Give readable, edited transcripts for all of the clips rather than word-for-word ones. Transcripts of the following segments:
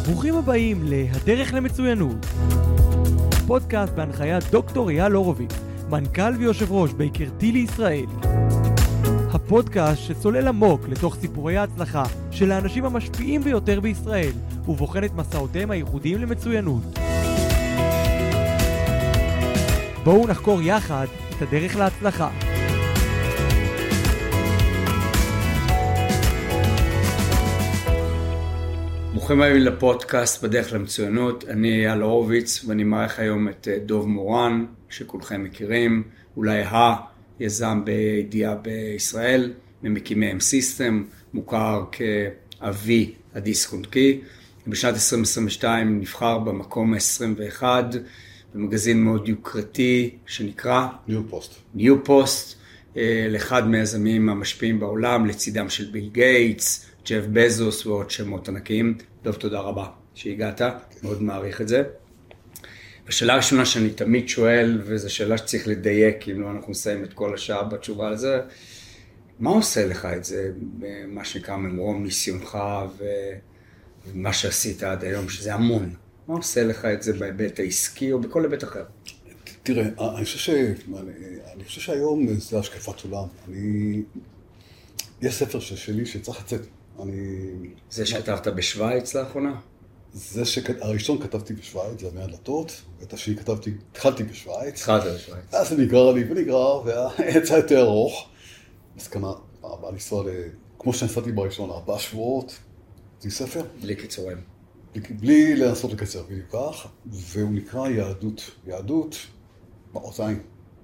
ברוכים הבאים להדרך למצוינות. פודקאסט בהנחיית דוקטור אייל הורוביץ, מנכ"ל ויושב ראש בייקרתי לישראל. הפודקאסט שצולל עמוק לתוך סיפורי ההצלחה של האנשים המשפיעים ביותר בישראל, ובוחן את מסעותיהם הייחודיים למצוינות. בואו נחקור יחד את הדרך להצלחה. ברוכים הבאים לפודקאסט בדרך למצוינות. אני אייל הורוביץ ואני מארח היום את דוב מורן, שכולכם מכירים, אולי היזם בידיעה בישראל, ממקימי M-System, מוכר כאבי הדיסק און קי. בשנת 2022 נבחר במקום ה-21 במגזין מאוד יוקרתי שנקרא ניו פוסט, לאחד מהיזמים המשפיעים בעולם, לצידם של ביל גייטס, ג'ף בזוס ועוד שמות ענקיים. דוב, תודה רבה שהגעת, מאוד מעריך את זה. השאלה הראשונה שאני תמיד שואל, וזו שאלה שצריך לדייק, אם לא אנחנו נסיים את כל השעה בתשובה על זה, מה עושה לך את זה, מה שנקרא ממרום ניסיונך ומה שעשית עד היום, שזה המון? מה עושה לך את זה בהיבט העסקי או בכל היבט אחר? תראה, אני חושב שהיום זה השקפת עולם. יש ספר שלי שצריך לצאת. זה שכתבת בשוויץ לאחרונה? הראשון כתבתי בשוויץ, זה מהדלתות, ואת השני התחלתי בשוויץ. התחלת בשוויץ. אז זה נגרר לי ונגרר, והיצא יותר ארוך. אז כמה, לנסוע כמו שנסעתי בראשון, 4 שבועות, זה ספר. בלי קיצורים. בלי לנסות לקצר, בדיוק כך, והוא נקרא יהדות באותיים.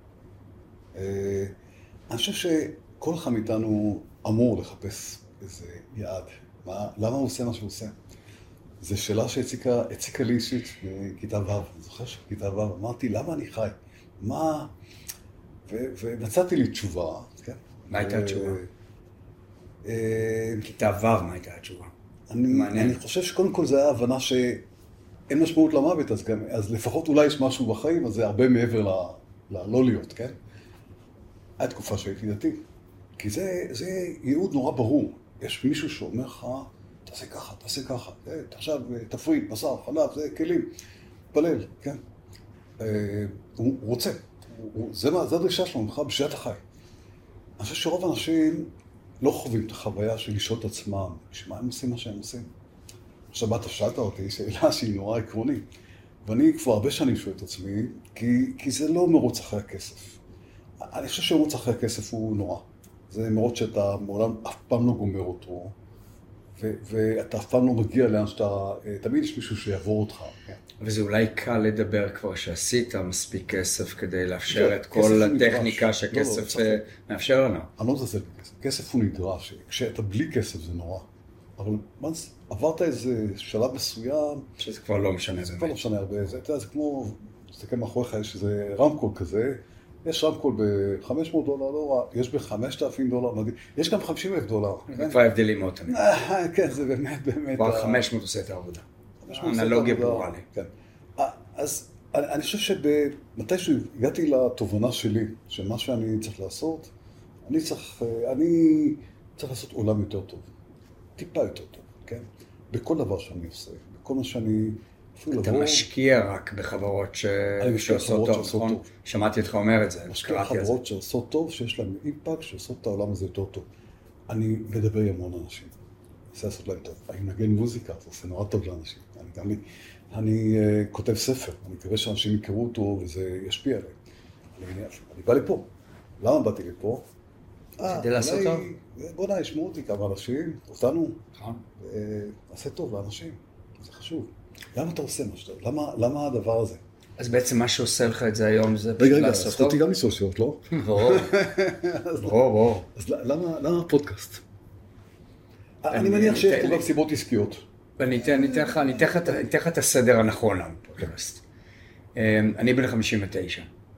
אני חושב שכל אחד מאיתנו אמור לחפש איזה יעד. למה הוא עושה מה שהוא עושה? זו שאלה שהציקה לי אישית בכיתה ו'. אני זוכר שבכיתה ו' אמרתי, למה אני חי? מה? ומצאתי לי תשובה. כן? מה הייתה התשובה? כיתה ו', מה הייתה התשובה? אני חושב שקודם כל זה היה הבנה שאין משמעות למוות, אז לפחות אולי יש משהו בחיים, אז זה הרבה מעבר ללא להיות, כן? הייתה תקופה שהייתי דתי. כי זה ייעוד נורא ברור. יש מישהו שאומר לך, תעשה ככה, עכשיו תפריד, בשר, חלב, זה כלים, פלל, כן? הוא רוצה, זה הדרישה שלנו, לך בשעת החי. אני חושב שרוב האנשים לא חווים את החוויה של לשאול את עצמם, שמה הם עושים מה שהם עושים. עכשיו, אתה שאלת אותי, שאלה שהיא נורא עקרונית, ואני כבר הרבה שנים שואל את עצמי, כי זה לא מרוץ אחרי הכסף. אני חושב שמרוץ אחרי הכסף הוא נורא. זה מרות שאתה מעולם אף פעם לא גומר אותו, ואתה אף פעם לא מגיע לאן שאתה, תמיד יש מישהו שיעבור אותך. וזה אולי קל לדבר כבר שעשית מספיק כסף כדי לאפשר את כל הטכניקה שהכסף מאפשר לנו. אני לא מזלזל בכסף. כסף הוא נדרש. כשאתה בלי כסף זה נורא. אבל עברת איזה שלב מסוים... שזה כבר לא משנה. זה כבר לא משנה הרבה. זה כמו, תסתכל מאחוריך, יש איזה רמקול כזה, יש רמקול ב$500, לא רע, יש ב$5,000, יש גם $50,000. זה כבר הבדלים מאוד תמיד. כן, זה באמת. כבר 500 עושה את העבודה. אנלוגיה ברורה לי. כן. אז אני חושב שמתישהו הגעתי לתובנה שלי, שמה שאני צריך לעשות, אני צריך לעשות עולם יותר טוב. טיפה יותר טוב, כן? בכל דבר שאני עושה, בכל מה שאני... אתה משקיע רק בחברות שעושות טוב, נכון? שמעתי אותך אומר את זה. משקיע חברות שעושות טוב, שיש להם אימפקט, שעושות את העולם הזה יותר טוב. אני מדבר עם המון אנשים. עושה לעשות להם טוב. אני מנגן מוזיקה, זה עושה נורא טוב לאנשים. אני כותב ספר, אני מקווה שאנשים יכירו אותו וזה ישפיע עליהם. אני בא לפה. למה באתי לפה? כדי לעשות טוב? בוא ישמעו אותי כמה אנשים, אותנו. עושה טוב לאנשים, זה חשוב. למה אתה עושה משהו? למה הדבר הזה? אז בעצם מה שעושה לך את זה היום זה פשוט לעשות טוב? זכותי גם לשאול שאלות, לא? ברור. אז למה הפודקאסט? אני מניח שיש פה גם סיבות עסקיות. אני אתן לך את הסדר הנכון לפודקאסט. אני בן 59.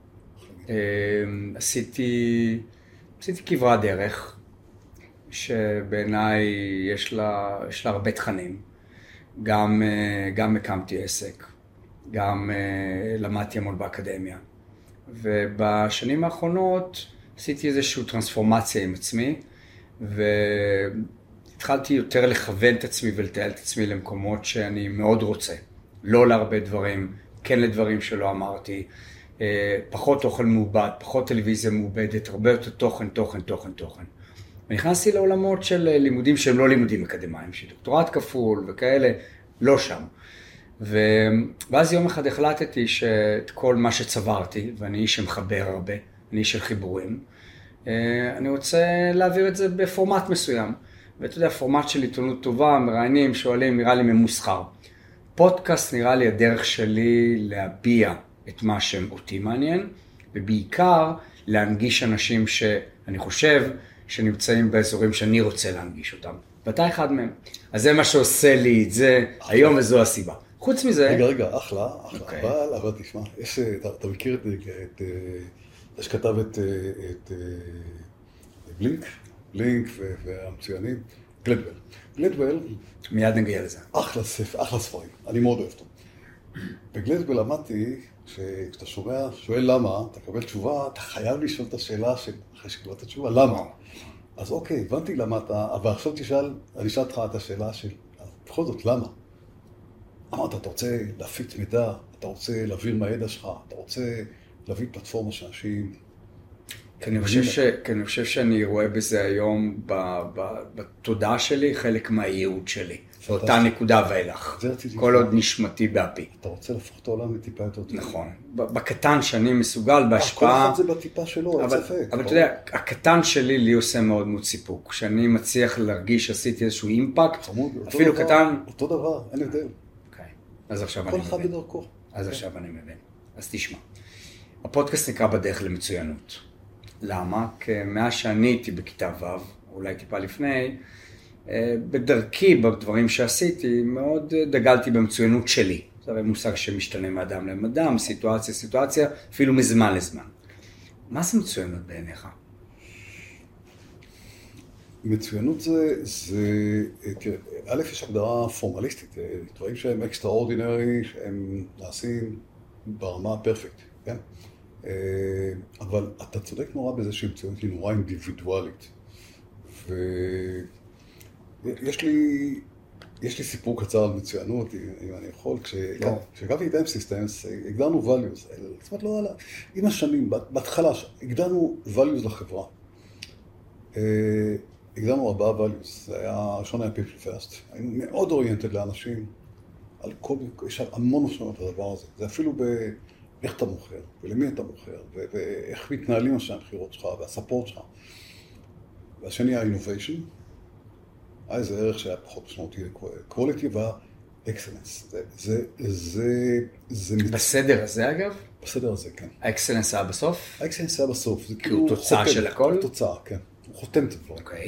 עשיתי כברת דרך, שבעיניי יש לה הרבה תכנים. גם הקמתי עסק, גם למדתי המון באקדמיה. ובשנים האחרונות עשיתי איזושהי טרנספורמציה עם עצמי, התחלתי יותר לכוון את עצמי ולטייל את עצמי למקומות שאני מאוד רוצה. לא להרבה דברים, כן לדברים שלא אמרתי, פחות אוכל מעובד, פחות טלוויזיה מעובדת, הרבה יותר תוכן. ונכנסתי לעולמות של לימודים שהם לא לימודים אקדמיים, של דוקטורט כפול וכאלה, לא שם. ואז יום אחד החלטתי שאת כל מה שצברתי, ואני איש שמחבר הרבה, אני איש של חיבורים, אני רוצה להעביר את זה בפורמט מסוים. ואתה יודע, פורמט של עיתונות טובה, מראיינים, שואלים, נראה לי ממוסחר. פודקאסט נראה לי הדרך שלי להביע את מה שאותי מעניין, ובעיקר להנגיש אנשים שאני חושב שנמצאים באזורים שאני רוצה להנגיש אותם. ואתה אחד מהם. אז זה מה שעושה לי את זה היום, וזו הסיבה. חוץ מזה... רגע, אחלה, אבל תשמע, אתה מכיר את שכתב את בלינק והמצוינים, גלדוול, מיד נגיע לזה. אחלה ספרים, אני מאוד אוהב אותו. בגלדוול למדתי שכשאתה שואל למה, אתה קבל תשובה, אתה חייב לשאול את השאלה אחרי שקיבלת התשובה, למה? אז אוקיי, הבנתי למה אתה, אבל עכשיו אני אשאל אותך את השאלה של, בכל זאת, למה? אמרת, אתה רוצה להפיץ מידע, אתה רוצה להעביר מהידע שלך, אתה רוצה להביא פלטפורמה שאנשים... כי אני חושב שאני רואה בזה היום בתודעה שלי חלק מהייעוד שלי. באותה נקודה ואילך. כל עוד נשמתי באפי. אתה רוצה להפוך את העולם לטיפה יותר טוב. נכון. בקטן שאני מסוגל בהשפעה... כל אחד זה בטיפה שלו, אין ספק. אבל אתה יודע, הקטן שלי לי עושה מאוד מאוד סיפוק. כשאני מצליח להרגיש שעשיתי איזשהו אימפקט, אפילו קטן... אותו דבר, אין הבדל. אוקיי. אז עכשיו אני מבין. כל אחד בדרכו. אז עכשיו אני מבין. אז תשמע. הפודקאסט נקרא בדרך למצוינות. למה? כי מאז שאני הייתי בכיתה ו', אולי טיפה לפני, בדרכי, בדברים שעשיתי, מאוד דגלתי במצוינות שלי. זה הרי מושג שמשתנה מאדם לאדם, סיטואציה, אפילו מזמן לזמן. מה זה מצוינות בעיניך? מצוינות תראה, א', יש הגדרה פורמליסטית, דברים שהם אקסטראורדינרי, שהם נעשים ברמה פרפקט, כן? אבל אתה צודק נורא בזה שמצוינות היא נורא אינדיבידואלית. ויש לי סיפור קצר על מצוינות, אם אני יכול, כשהגעתי את M-Systems, הגדרנו values, זאת אומרת לא עלה, עם השנים, בהתחלה, הגדרנו values לחברה. הגדרנו 4 values, זה היה, הראשון היה people first, היינו מאוד אוריינטד לאנשים, יש המון משמעות לדבר הזה, זה אפילו איך אתה מוכר, ולמי אתה מוכר, ואיך מתנהלים אנשי המכירות שלך, והספורט שלך. והשני היה innovation, היה איזה ערך שהיה פחות משמעותי, quality וה-excellence. זה בסדר הזה אגב? בסדר הזה, כן. ה-excellence היה בסוף? ה-excellence היה בסוף. כי הוא תוצאה של הכל? תוצאה, כן. הוא חותם את הדברים. אוקיי.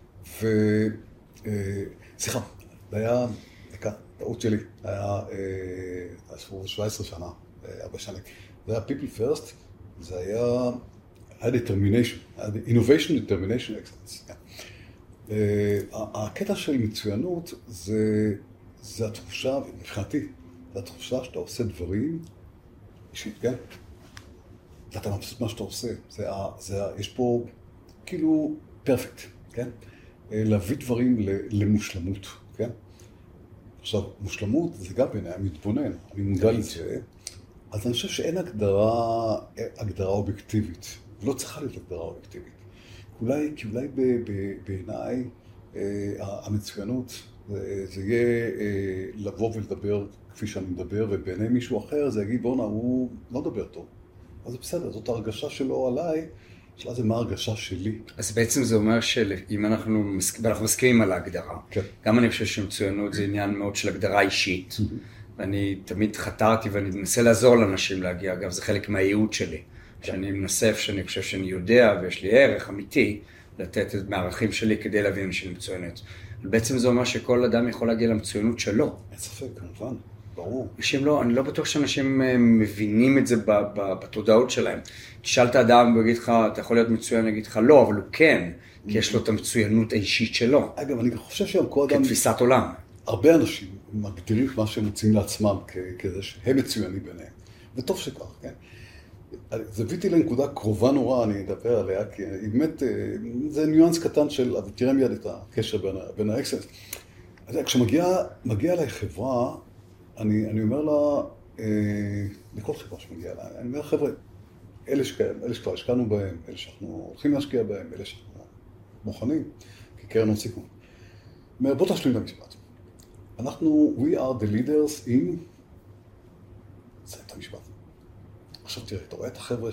סליחה, זה היה, טעות שלי, היה 17 שנה. הרבה שנים. זה היה people first, זה היה determination, היה innovation, determination, excellence. הקטע של מצוינות זה התחושה, מבחינתי, זה התחושה שאתה עושה דברים אישית, כן? ואתה מבסוט מה שאתה עושה. יש פה כאילו פרפקט, כן? להביא דברים למושלמות, כן? עכשיו, מושלמות זה גם בעיניי מתבונן, אני מודע לזה. אז אני חושב שאין הגדרה אובייקטיבית, ולא צריכה להיות הגדרה אובייקטיבית. כי אולי בעיניי המצוינות זה יהיה לבוא ולדבר כפי שאני מדבר, ובעיני מישהו אחר זה יגיד, בוא'נה, הוא לא מדבר טוב. אז זה בסדר, זאת ההרגשה שלו עליי, שאלה זה מה ההרגשה שלי. אז בעצם זה אומר שאם אנחנו מסכימים על ההגדרה, כן. גם אני חושב שמצוינות זה עניין מאוד של הגדרה אישית. ואני תמיד חתרתי ואני מנסה לעזור לאנשים להגיע, אגב, זה חלק מהייעוד שלי, שאני מנסף, שאני חושב שאני יודע ויש לי ערך אמיתי, לתת את מהערכים שלי כדי להביא אנשים מצוינות. אבל בעצם זה אומר שכל אדם יכול להגיע למצוינות שלו. אין ספק, כמובן, ברור. אני לא בטוח שאנשים מבינים את זה בתודעות שלהם. תשאל את האדם ויגיד לך, אתה יכול להיות מצוין, יגיד לך לא, אבל הוא כן, כי יש לו את המצוינות האישית שלו. אגב, אני חושב שהם כל אדם... כתפיסת עולם. הרבה אנשים מגדירים מה שהם מוצאים לעצמם כזה שהם מצוינים ביניהם, וטוב שכך, כן? זוויתי לנקודה קרובה נורא, אני אדבר עליה, כי היא באמת, זה ניואנס קטן של, אבל תראה מיד את הקשר בין האקסלנס. כשמגיעה אליי חברה, אני אומר לה, לכל חברה שמגיעה אליי, אני אומר, חבר'ה, אלה שכבר השקענו בהם, אלה שאנחנו הולכים להשקיע בהם, אלה שאנחנו מוכנים, כקרן הון סיכון. אומר, בוא תשלים את המשפט. אנחנו, we are the leaders in... זה את המשפט. עכשיו תראה, אתה רואה את החבר'ה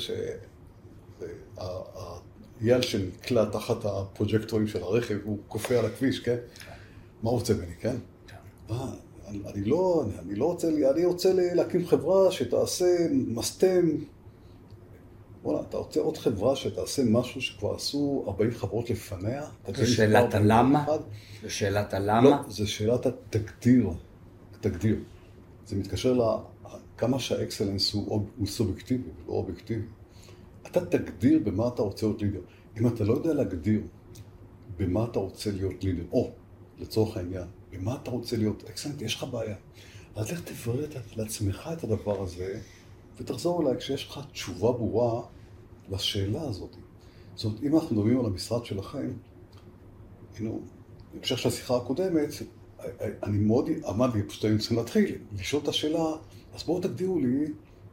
שהאייל שנקלע תחת הפרוג'קטורים של הרכב, הוא קופא על הכביש, כן? מה רוצה ממני, כן? אני לא רוצה, אני רוצה להקים חברה שתעשה מסתם. וואלה, אתה רוצה עוד חברה שתעשה משהו שכבר עשו 40 חברות לפניה? זה שאלת הלמה? זה שאלת הלמה? לא, זה שאלת התגדיר. זה מתקשר לכמה שהאקסלנס הוא סובייקטיבי, לא אובייקטיבי. אתה תגדיר במה אתה רוצה להיות לידר. אם אתה לא יודע להגדיר במה אתה רוצה להיות לידר, או לצורך העניין, במה אתה רוצה להיות אקסלנט, יש לך בעיה. אז איך תברר לעצמך את הדבר הזה, ותחזור אליי כשיש לך תשובה ברורה לשאלה הזאת. זאת אומרת, אם אנחנו מדברים על המשרד שלכם, בהמשך של השיחה הקודמת, אני מאוד עמד לי, פשוט אני רוצה להתחיל, לשאול את השאלה, אז בואו תגדירו לי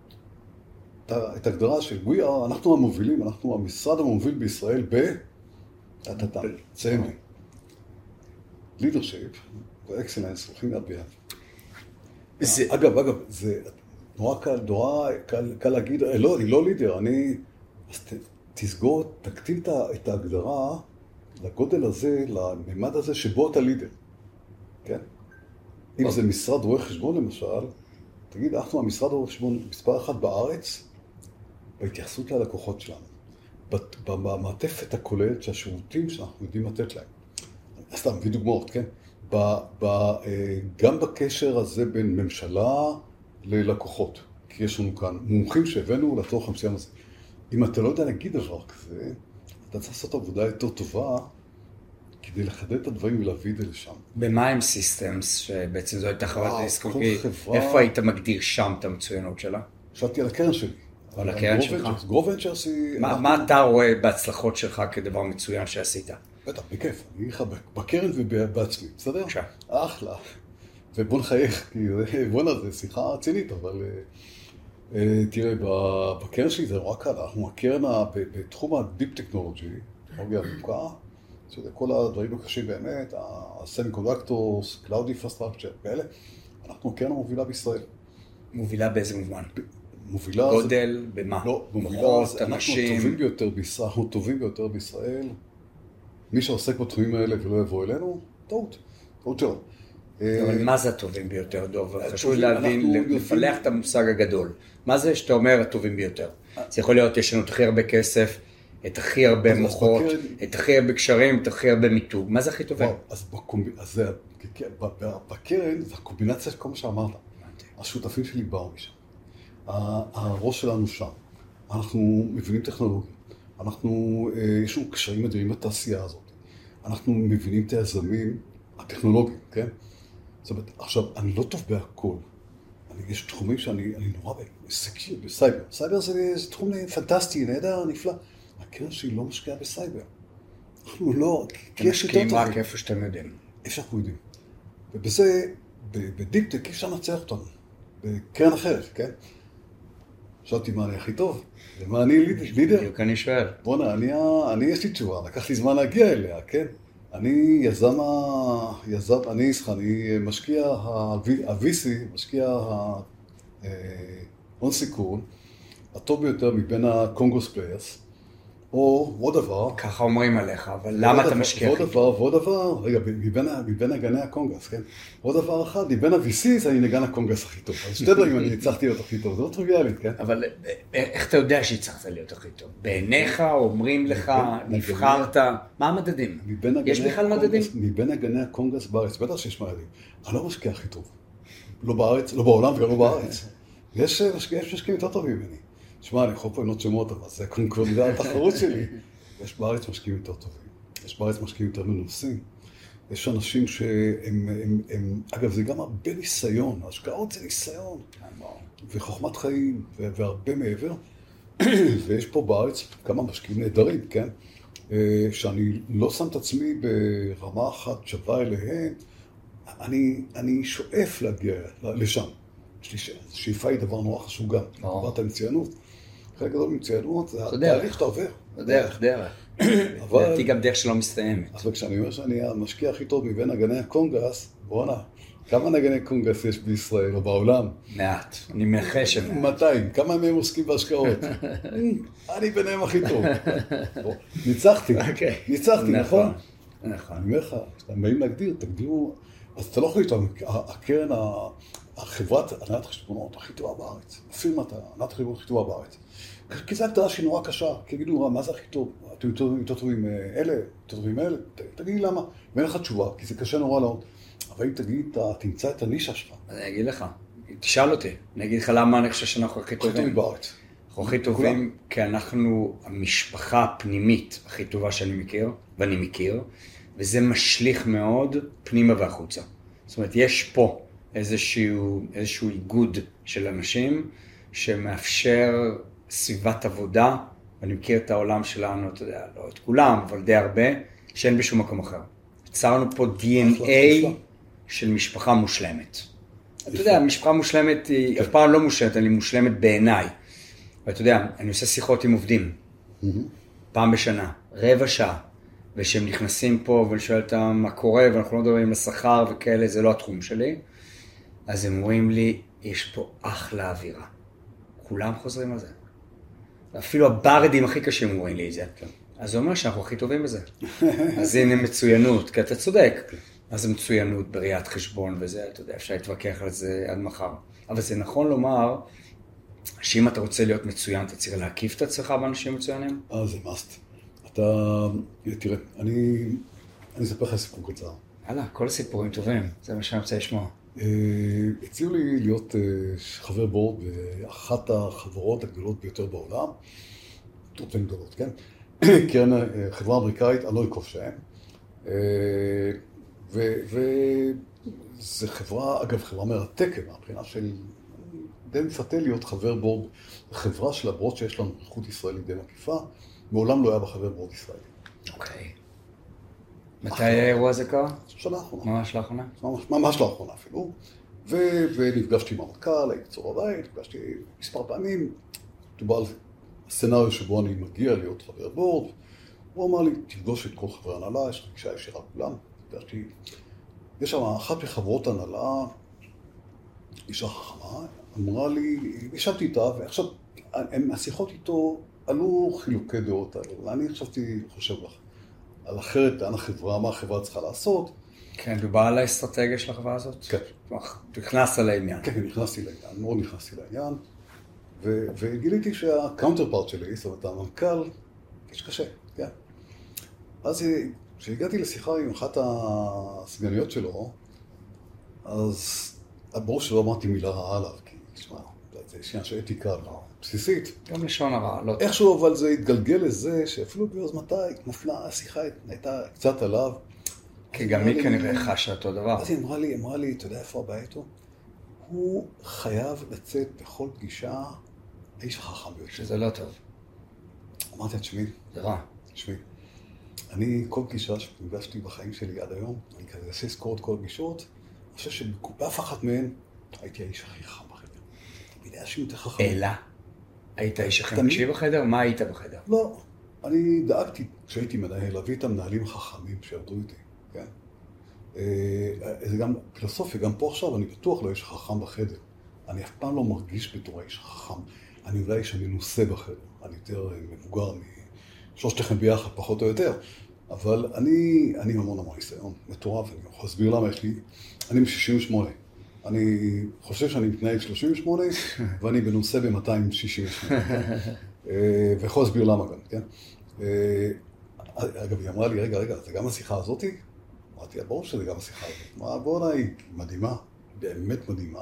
את ההגדרה של we are, אנחנו המובילים, אנחנו המשרד המוביל בישראל צמי. leadership ו-excellence הולכים יד ביד. אגב, זה נורא קל להגיד, לא, אני לא לידר, אז תסגור, תקטין את ההגדרה לגודל הזה, לממד הזה שבו אתה לידר. כן? אם זה משרד רואי חשבון למשל, תגיד, אנחנו המשרד רואי חשבון מספר אחד בארץ, בהתייחסות ללקוחות שלנו. במעטפת הכוללת שהשירותים שאנחנו יודעים לתת להם. סתם, מביא דוגמאות, כן? גם בקשר הזה בין ממשלה ללקוחות, כי יש לנו כאן מומחים שהבאנו לצורך המסוים הזה. אם אתה לא יודע להגיד דבר כזה, אתה צריך לעשות עבודה יותר טובה כדי לחדד את הדברים ולהביא את זה לשם. במה הם סיסטמס, שבעצם זו הייתה חברת דיסקופי, איפה היית מגדיר שם את המצוינות שלה? שאלתי על הקרן שלי. על הקרן שלך? גרוב ונצ'רס היא... מה אתה רואה בהצלחות שלך כדבר מצוין שעשית? בטח, בכיף. אני אחבק בקרן ובעצמי, בסדר? בבקשה. אחלה. ובוא נחייך, כי בוא'נה, זה שיחה רצינית, אבל תראה, בקרן שלי זה נורא קל. אנחנו הקרן בתחום הדיפ טכנולוגי, טכנולוגיה עמוקה, כל הדברים הקשים באמת, הסמיקונדקטורס, קלאוד אינפרסטרקצ'ר, כאלה, אנחנו הקרן המובילה בישראל. מובילה באיזה מובן? מובילה... גודל, במה? לא, מוחות, אנשים... אנחנו טובים ביותר בישראל. מי שעוסק בתחומים האלה ולא יבוא אלינו, טעות שלו. אבל מה זה הטובים ביותר, דוב? חשוב להבין, לפלח את המושג הגדול. מה זה שאתה אומר הטובים ביותר? זה יכול להיות, יש לנו את הכי הרבה כסף, את הכי הרבה מוחות, את הכי הרבה קשרים, את הכי הרבה מיתוג. מה זה הכי טובים? אז בקרן, זה הקומבינציה של כל מה שאמרת. השותפים שלי באו משם. הראש שלנו שם. אנחנו מבינים טכנולוגיה. יש לנו קשרים אדירים בתעשייה הזאת. אנחנו מבינים את היזמים הטכנולוגיים, כן? זאת אומרת, עכשיו, אני לא טוב בהכל. יש תחומים שאני נורא בסייבר. סייבר זה תחום פנטסטי, נהדר, נפלא. הקרן שלי לא משקיעה בסייבר. אנחנו לא... אתם משקיעים רק איפה שאתם יודעים. איפה שאנחנו יודעים. ובזה, בדיפ-טק, אפשר לנצח אותנו. בקרן אחרת, כן? שאלתי מה אני הכי טוב, ומה אני לידר. בדיוק אני שואל. בוא'נה, אני יש לי תשובה, לקח לי זמן להגיע אליה, כן? אני משקיע, ה-VC, משקיע הון סיכון, הטוב ביותר מבין הקונגרס פליירס, או עוד דבר... ככה אומרים עליך, אבל למה אתה משקיע הכי טוב? ועוד דבר, רגע, מבין הגני הקונגרס, כן? עוד דבר אחד, מבין ה-VC, אני נגן הקונגרס הכי טוב. אז שתי דברים אני הצלחתי להיות הכי טוב, זה לא טריוויאלית, כן? אבל איך אתה יודע שהצלחת להיות הכי טוב? בעיניך, אומרים לך, נבחרת, מה המדדים? יש בכלל מדדים? מבין הגני הקונגרס בארץ, בטח שיש מדדים. אני לא משקיע הכי טוב. לא בארץ, לא בעולם וגם לא בארץ. יש משקיעים יותר טובים ממני. תשמע, אני יכול פה לבנות שמות, אבל זה קודם כל זה התחרות שלי. יש בארץ משקיעים יותר טובים. יש בארץ משקיעים יותר מנוסים. יש אנשים שהם, אגב, זה גם הרבה ניסיון. השקעות זה ניסיון. וחוכמת חיים, והרבה מעבר. ויש פה בארץ כמה משקיעים נהדרים, כן? שאני לא שם את עצמי ברמה אחת שווה אליהם, אני שואף להגיע לשם. שאיפה היא דבר נורא חשוב גם. עברת מצוינות. חלק גדול מצוינות, זה התהליך שאתה עובר. דרך. לדעתי גם דרך שלא מסתיימת. אבל כשאני אומר שאני המשקיע הכי טוב מבין נגני הקונגרס, בוא'נה, כמה נגני קונגרס יש בישראל או בעולם? מעט, אני מנחש שמעט. 200, כמה מהם עוסקים בהשקעות? אני ביניהם הכי טוב. ניצחתי, נכון? נכון. אני אומר לך, כשאתם באים להגדיר, תגדירו, אז אתה לא יכול לטעון, הקרן, החברת הנהלת חשבונות הכי טובה בארץ, הפירמת הנהלת חשבונות הכי טובה בארץ. כי זו הגדרה שהיא נורא קשה, כי יגידו, מה זה הכי טוב? אתם יותר טובים אלה, יותר טובים אלה? תגיד למה? ואין לך תשובה, כי זה קשה נורא לעוד. אבל אם תגיד, תמצא את הנישה שלך. אני אגיד לך, תשאל אותי, אני אגיד לך למה אני חושב שאנחנו הכי טובים. בארץ. אנחנו הכי טובים כי אנחנו המשפחה הפנימית הכי טובה שאני מכיר, ואני מכיר, וזה משליך מאוד פנימה והחוצה. זאת אומרת, יש פה איזשהו איגוד של אנשים שמאפשר סביבת עבודה, ואני מכיר את העולם שלנו, אתה יודע, לא את כולם, אבל די הרבה, שאין בשום מקום אחר. יצרנו פה DNA של משפחה מושלמת. אתה יודע, משפחה מושלמת היא אף פעם לא מושלמת, אני מושלמת בעיניי. ואתה יודע, אני עושה שיחות עם עובדים, פעם בשנה, רבע שעה, ושהם נכנסים פה ואני שואל אותם מה קורה, ואנחנו לא מדברים על השכר וכאלה, זה לא התחום שלי. אז הם אומרים לי, יש פה אחלה אווירה. כולם חוזרים על זה. אפילו הברדים הכי קשים אומרים לי את זה. אז זה אומר שאנחנו הכי טובים בזה. אז הנה מצוינות, כי אתה צודק. אז זה מצוינות בראיית חשבון וזה, אתה יודע, אפשר להתווכח על זה עד מחר. אבל זה נכון לומר, שאם אתה רוצה להיות מצוין, אתה צריך להקיף את עצמך באנשים מצוינים? זה מאסט. תראה, אני אספר לך סיפור קצר. הלאה, כל הסיפורים טובים, זה מה שאני רוצה לשמוע. הציעו לי להיות חבר בורד באחת החברות הגדולות ביותר בעולם, טוטן גדולות, כן? קרן חברה אמריקאית, אני לא אקוף שם. וזו חברה, אגב, חברה מרתקת, מהבחינה של די מפתה להיות חבר בורד, חברה של הבורד שיש לנו איכות ישראלית די מקיפה, מעולם לא היה בחבר בורד ישראלי. אוקיי. מתי האירוע הזה קרה? שנה האחרונה. ממש לאחרונה? ממש לאחרונה אפילו. ונפגשתי עם המנכ"ל, הייתי צור הבית, נפגשתי מספר פעמים, דובר על הסצנריו שבו אני מגיע להיות חבר בורד, הוא אמר לי, תפגוש את כל חברי הנהלה, יש פגישה ישירה כולם. נפגשתי, יש שם אחת מחברות הנהלה, אישה חכמה, אמרה לי, ישבתי איתה, ועכשיו השיחות איתו עלו חילוקי דעות האלה, ואני חושב לך, על אחרת, לאן החברה, מה החברה צריכה לעשות. כן, דובר על האסטרטגיה של החברה הזאת? כן. נכנסת לעניין. כן, נכנסתי לעניין, מאוד נכנסתי לעניין, וגיליתי שהקאונטרפארט שלי, זאת אומרת, המנכ"ל, יש קשה, כן. אז כשהגעתי לשיחה עם אחת הסגניות שלו, אז ברור שלא אמרתי מילה רעה עליו, כי תשמע, זה עניין של אתיקה בסיסית. גם לשון הרע, לא. איכשהו אבל זה התגלגל לזה, שאפילו ביוזמתי נפלה, השיחה הייתה קצת עליו. כי גם היא כנראה חשה אותו דבר. אז היא אמרה לי, אתה יודע איפה הבעיה איתו? הוא חייב לצאת בכל פגישה, האיש החכם ביותר. שזה לא טוב. אמרתי, תשמעי. זה רע. תשמעי. אני, כל פגישה שפגשתי בחיים שלי עד היום, אני כזה עושה סקור את כל הפגישות, אני חושב שבאף אחת מהן הייתי האיש הכי חכם בחדר. תמיד היה שם יותר חכם. אלא? היית האיש הכי מקשיב בחדר? מה היית בחדר? לא. אני דאגתי, כשהייתי מנהל, להביא את המנהלים החכמים שעבדו איתי, כן? זה גם פילוסופיה, גם פה עכשיו אני בטוח לא איש חכם בחדר. אני אף פעם לא מרגיש בתור האיש החכם. אני אולי איש המנוסה בחדר. אני יותר מבוגר שלושתכם ביחד, פחות או יותר. אבל אני המון ניסיון, מטורף, אני יכול להסביר למה יש לי. אני מ-68. אני חושב שאני מתנהג 38, ואני מנוסה ב-268. ויכול להסביר למה גם, כן? אגב, היא אמרה לי, רגע, זה גם השיחה הזאתי? אמרתי, ברור שזה גם השיחה הזאת. בוא'נה, היא מדהימה, באמת מדהימה.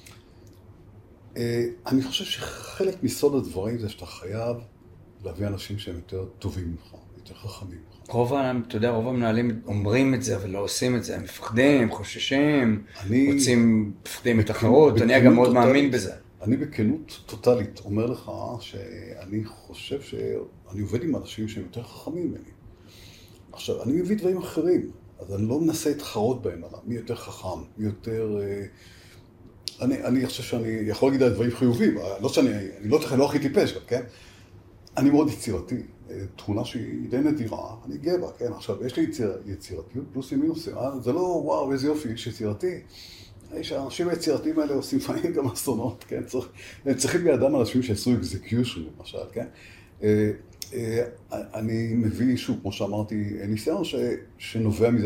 אני חושב שחלק מסוד הדברים זה שאתה חייב להביא אנשים שהם יותר טובים ממך, יותר חכמים ממך. אתה יודע, רוב המנהלים אומרים את זה, אבל לא עושים את זה. הם מפחדים, הם חוששים, מפחדים מתחרות. אני גם מאוד מאמין בזה. אני בכנות טוטלית אומר לך שאני חושב שאני עובד עם אנשים שהם יותר חכמים ממני. עכשיו, אני מביא דברים אחרים, אז אני לא מנסה להתחרות בהם, מי יותר חכם, מי יותר... אני חושב שאני יכול להגיד על דברים חיובים, אני לא הכי טיפש גם, כן? אני מאוד יצירתי, תכונה שהיא די נדירה, אני גאה בה, כן? עכשיו, יש לי יצירתיות פלוסים מינוסים, זה לא וואו, איזה יופי, יש יצירתי. האנשים היצירתיים האלה עושים לפעמים גם אסונות, כן? הם צריכים בידם אנשים שעשו אקזקיושן, למשל, כן? אני מביא שוב, כמו שאמרתי, ניסיון שנובע מזה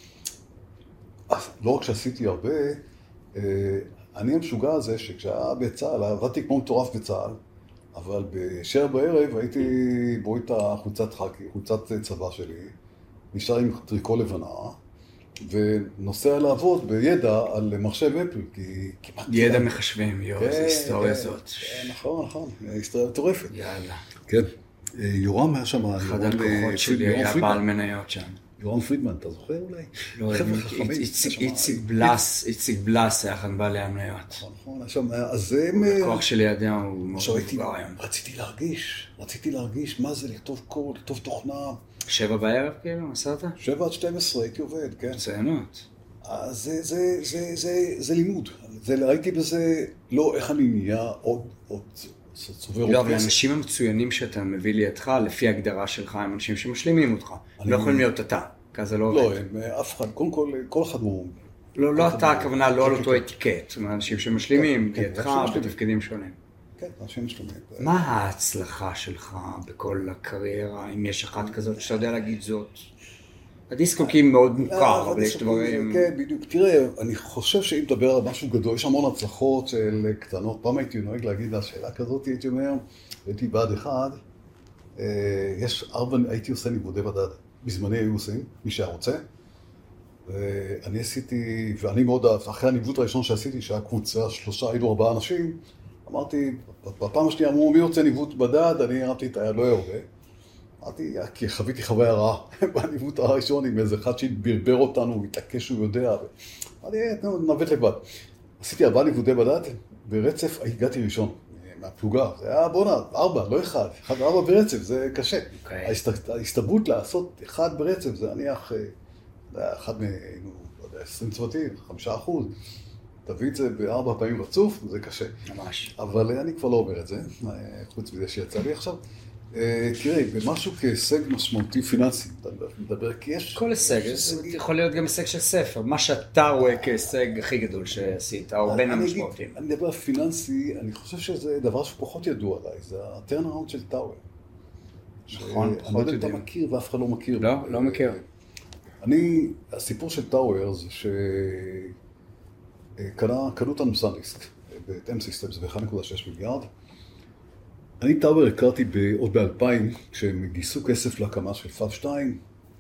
לא רק שעשיתי הרבה, אני המשוגע הזה שכשהיה בצה"ל, עבדתי כמו מטורף בצה"ל, אבל בשער בערב הייתי בואי את החולצת חקי, חולצת צבא שלי, נשאר עם טריקו לבנה, ונוסע לעבוד בידע על מחשב אפל, כי כמעט... ידע מחשבים, זה היסטוריה זאת. נכון, היסטוריה מטורפת. יאללה. כן. יורם היה שם... אחד הלקוחות שלי היה בעל מניות שם. יורם פרידמן, אתה זוכר אולי? לא, איציק בלס היה אחד בעלי המניות. נכון, אז הם... הכוח שלי ידע הוא מאוד מבוגר היום. רציתי להרגיש מה זה לכתוב קוד, לכתוב תוכנה. 7 בערב כאילו, עשרת? 7 עד 12 הייתי עובד, כן. מצוינות. אז זה לימוד. ראיתי בזה, לא איך אני נהיה עוד צובר עוד לא, אבל האנשים המצוינים שאתה מביא לידך, לפי ההגדרה שלך, הם אנשים שמשלימים אותך. הם לא יכולים להיות אתה, כי זה לא עובד. לא, אף אחד, קודם כל אחד הוא... לא אתה, הכוונה לא על אותו אתיקט. אנשים שמשלימים לידך בתפקידים שונים. כן, אנשים משלימים. מה ההצלחה שלך בכל הקריירה, אם יש אחת כזאת שאתה יודע להגיד זאת? הדיסק-אוקים מאוד מוכר, אבל יש דברים... כן, בדיוק. תראה, אני חושב שאם תדבר על משהו גדול, יש המון הצלחות של קטנות. פעם הייתי נוהג להגיד השאלה כזאת, הייתי אומר, הייתי בעד אחד, הייתי עושה ניוודי בדד. בזמני היו עושים, מי שהיה רוצה. ואני עשיתי, ואני מאוד אהב, אחרי הניווט הראשון שעשיתי, שהיה קבוצה, 3, היינו 4 אנשים, אמרתי, בפעם השנייה אמרו, מי רוצה ניווט בדד? אני הרמתי את היד, לא הרבה. אמרתי, כי חוויתי חוויה רעה בניווט הראשון עם איזה אחד שהתברבר אותנו, הוא התעקש שהוא יודע. אמרתי, נווט לבד. עשיתי 4 ניווטי בדד, ברצף הגעתי ראשון מהפלוגה. זה היה בונה, 4, לא 1. 1 ו4 ברצף, זה קשה. ההסתברות לעשות 1 ברצף, זה נניח, אחד מ-20 צוותים, 5%. תביא את זה ב4 פעמים רצוף, זה קשה. ממש. אבל אני כבר לא אומר את זה, חוץ מזה שיצא לי עכשיו. תראה, במשהו כהישג משמעותי פיננסי, מדבר, כי יש... כל הישג, זה יכול להיות גם הישג של ספר, מה שאתה רואה כהישג הכי גדול שעשית, או בין המשמעותיים. אני מדבר פיננסי, אני חושב שזה דבר שפחות ידוע עליי, זה הטרנראונד של טאוור. נכון, פחות יודעים. אני לא יודע אם אתה מכיר ואף אחד לא מכיר. לא מכיר. הסיפור של טאוור זה שקנו אותנו סנדיסק, ב-M Systems ב-1.6 מיליארד. אני טאוור הכרתי עוד ב-2000, כשהם גייסו כסף להקמה של פאב 2,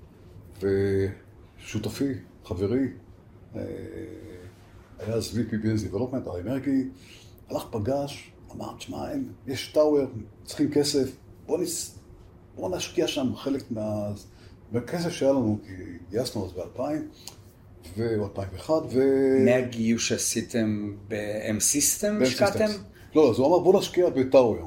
ושותפי, חברי, היה אז VP Business Development, ארי מרגי, הלך פגש, אמר, תשמע, יש טאוור, צריכים כסף, בוא נשקיע שם חלק מהכסף שהיה לנו, כי גייסנו אז ב-2000, ו-2001, מהגיוס שעשיתם ב-M System השקעתם? לא, אז הוא אמר, בוא נשקיע בטאוור.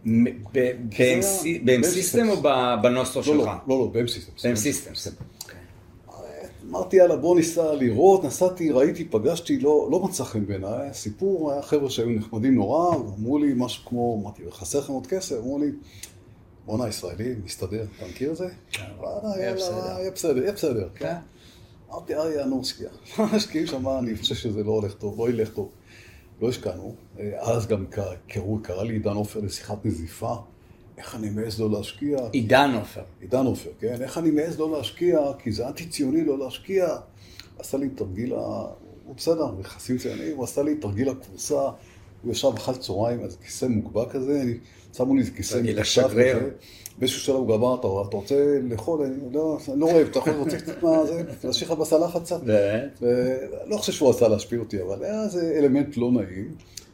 ב-M System או בנוסטרו שלך? לא, ב-M Systems. ב-M Systems. אמרתי, יאללה, בוא ניסה לראות, נסעתי, ראיתי, פגשתי, לא מצא חן בעיניי. סיפור, היה חבר'ה שהיו נחמדים נורא, אמרו לי משהו כמו, אמרתי, חסר לכם עוד כסף? אמרו לי, בואנה ישראלי, מסתדר, אתה מכיר את זה? יהיה בסדר. אמרתי, אריה, אני לא משקיע. משקיעים שם, אני חושב שזה לא הולך טוב, לא ילך טוב. לא השקענו, אז גם קרא לי עידן עופר לשיחת נזיפה, איך אני מעז לא להשקיע. עידן עופר, כן, איך אני מעז לא להשקיע, כי זה אנטי-ציוני לא להשקיע. עשה לי תרגיל, הוא בסדר, נכנסים ציינים, הוא עשה לי תרגיל הכבוסה, הוא ישב אכל צהריים, איזה כיסא מוגבע כזה, שמו לי איזה כיסא מתקשף כזה. באיזשהו שלב הוא גבר, אתה רוצה לאכול, אני לא אוהב, אתה רוצה קצת מה זה, להשאיר לך בסלחת קצת. לא חושב שהוא רצה להשפיע אותי, אבל היה איזה אלמנט לא נעים.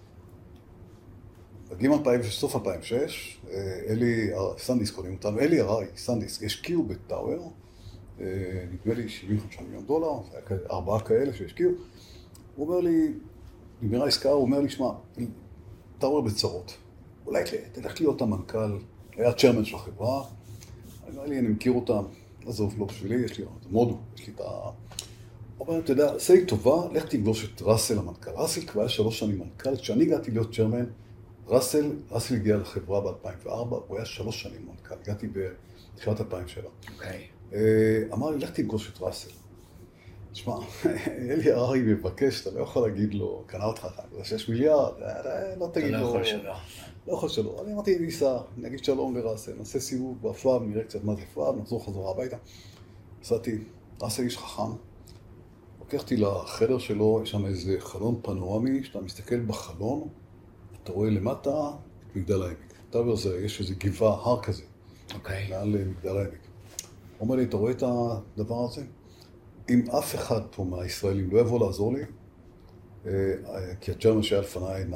בגיל סוף 2006, אלי, סנדיסק קוראים אותנו, אלי הראי, סנדיסק, השקיעו בטאוור, נדמה לי $75 מיליון, זה היה 4 כאלה שהשקיעו. הוא אומר לי, נגמרה עסקה, הוא אומר לי, שמע, אתה רואה בצרות. אולי תלך להיות המנכ"ל, היה צ'רמן של החברה, אני מכיר אותם, עזוב, לא בשבילי, יש לי מודו, יש לי את ה... אבל אתה יודע, עשה לי טובה, לך תפגוש את ראסל המנכ"ל. ראסל כבר היה 3 שנים מנכ"ל, כשאני הגעתי להיות צ'רמן, ראסל הגיע לחברה ב-2004, הוא היה 3 שנים מנכ"ל, הגעתי בתחילת 2007. אוקיי. אמר לי, לך תפגוש את ראסל. תשמע, אלי הררי מבקש, אתה לא יכול להגיד לו, קנה אותך 6 מיליארד, לא תגיד לו... אתה לא יכול שלא. לא יכול שלא. אני אמרתי, ניסה, נגיד שלום לראסל, נעשה סיבוב בפאב, נראה קצת מה זה פאב, נחזור חזרה הביתה. נסעתי, ראסל איש חכם, לקחתי לחדר שלו, יש שם איזה חלון פנורמי, שאתה מסתכל בחלון, אתה רואה למטה את מגדל העמק. תעבר זה, יש איזה גבעה, הר כזה, מעל מגדל העמק. הוא אומר לי, אתה רואה את הדבר הזה? אם אף אחד פה מהישראלים לא יבוא לעזור לי, כי הצ'רמן שהיה לפניי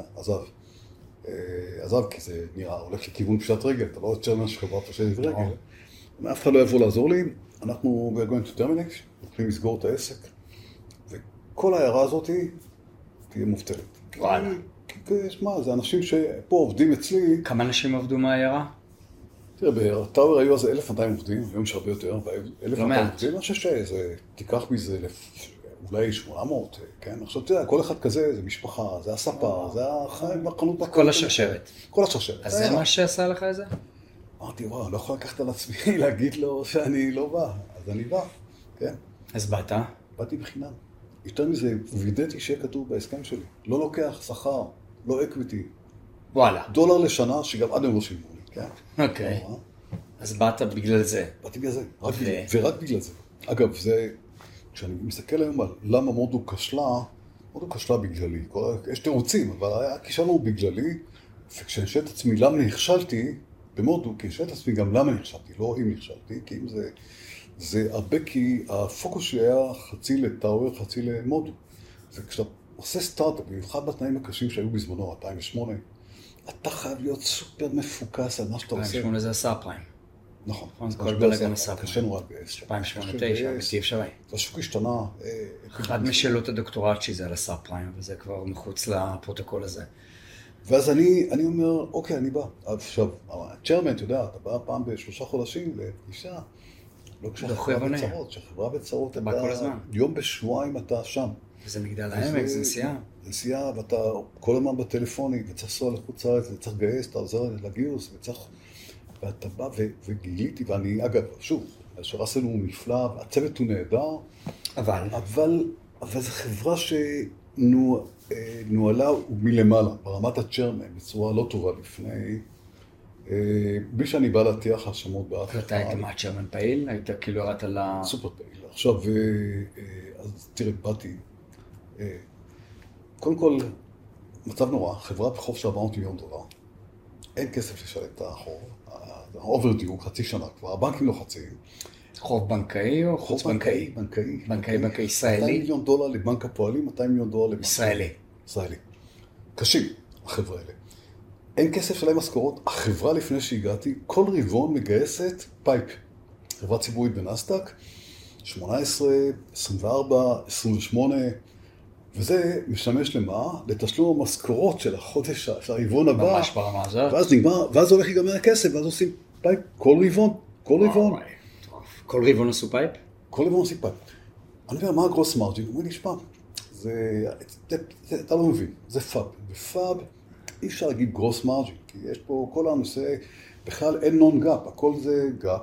עזב, כי זה נראה, הולך לכיוון פשט רגל, אתה לא צ'רמן של חברה פשט רגל. אם אף אחד לא יבוא לעזור לי, אנחנו going to terminate, הולכים לסגור את העסק, וכל העיירה הזאת תהיה מובטלת. וואלה. שמע, זה אנשים שפה עובדים אצלי. כמה אנשים עבדו מהעיירה? תראה, בטאוור היו אז 1,200 עובדים, היום יש הרבה יותר, 1,200 עובדים, אני חושב שזה, תיקח מזה אולי 800, כן? עכשיו תראה, כל אחד כזה, זה משפחה, זה הספה, זה החיים בחנות. כל השרשרת. כל השרשרת. אז זה מה שעשה לך את זה? אמרתי, וואו, אני לא יכול לקחת על עצמי להגיד לו שאני לא בא, אז אני בא, כן? אז באת? באתי בחינם. יותר מזה, וידאתי שיהיה כתוב בהסכם שלי, לא לוקח שכר, לא אקוויטי. וואלה. $1 לשנה, שגם עד הם לא שילמו לי, כן? אוקיי. אז באת בגלל זה. באתי בגלל זה, ורק בגלל זה. אגב, זה, כשאני מסתכל היום על למה מודו כשלה בגללי. יש תירוצים, אבל הכישלון בגללי, וכשאני שואל את עצמי למה נכשלתי במודו, כי אני שואל את עצמי גם למה נכשלתי, לא אם נכשלתי, כי אם זה הרבה, כי הפוקוס שלי היה חצי לטאוור, חצי למודו. וכשאתה עושה סטארט-אפ, במיוחד בתנאים הקשים שהיו בזמנו, 2008, אתה חייב להיות סופר מפוקס על מה שאתה עושה. 2008 זה הסאב פריים. נכון. כל בלגן הסאב פריים. קשה נורא ב-2008-2009, 2008-2009, בלתי אפשרי. השוק השתנה. אחד משאלות הדוקטורט שלי זה על הסאב פריים, וזה כבר מחוץ לפרוטוקול הזה. ואז אני אומר, אוקיי, אני בא. עכשיו, הצ'רמן, אתה יודע, אתה בא פעם ב3 חודשים לפגישה, לא כשחברה בצרות, כשחברה בצרות, אתה יום בשבועיים אתה שם. וזה מגדל העמק, זה נסיעה. זה נסיעה, ואתה כל הזמן בטלפונים, וצריך לנסוע לחוץ לארץ, וצריך לגייס, אתה עוזר לגיוס, ואתה בא וגיליתי, ואני, אגב, שוב, שראסל הוא נפלא, והצוות הוא נהדר, אבל זו חברה שנוהלה מלמעלה, ברמת הצ'רמן, בצורה לא טובה לפני, בלי שאני בא להטיח האשמות באף אחד. אתה היית מה, צ'רמן פעיל? היית כאילו ירדת ל... סופר פעיל. עכשיו, אז תראה, באתי. קודם כל, מצב נורא, חברה בחוב של $400 מיליון. אין כסף לשלם את החוב. האוברדיו, חצי שנה כבר, הבנקים לא חציים. חוב בנקאי או חוץ בנקאי? בנקאי ישראלי? $200 מיליון לבנק הפועלים, $200 מיליון לבנק... ישראלי. קשים, החברה האלה. אין כסף שלהם משכורות. החברה לפני שהגעתי, כל רבעון מגייסת פייפ. חברה ציבורית בנסדק, 18, 24, 28, וזה משמש למה? לתשלום המשכורות של החודש, של הרבעון הבא. ממש ברמה הזאת. ואז נגמר, ואז הולך להיגמר הכסף, ואז עושים פייפ כל רבעון. כל רבעון עשו פייפ? כל רבעון עושים פייפ. אני אומר, מה הגרוס מרג'ין? הוא אומר לי, שפע, אתה לא מבין, זה פאב. בפאב אי אפשר להגיד גרוס מרג'ין, כי יש פה כל הנושא, בכלל אין נון גאפ, הכל זה גאפ.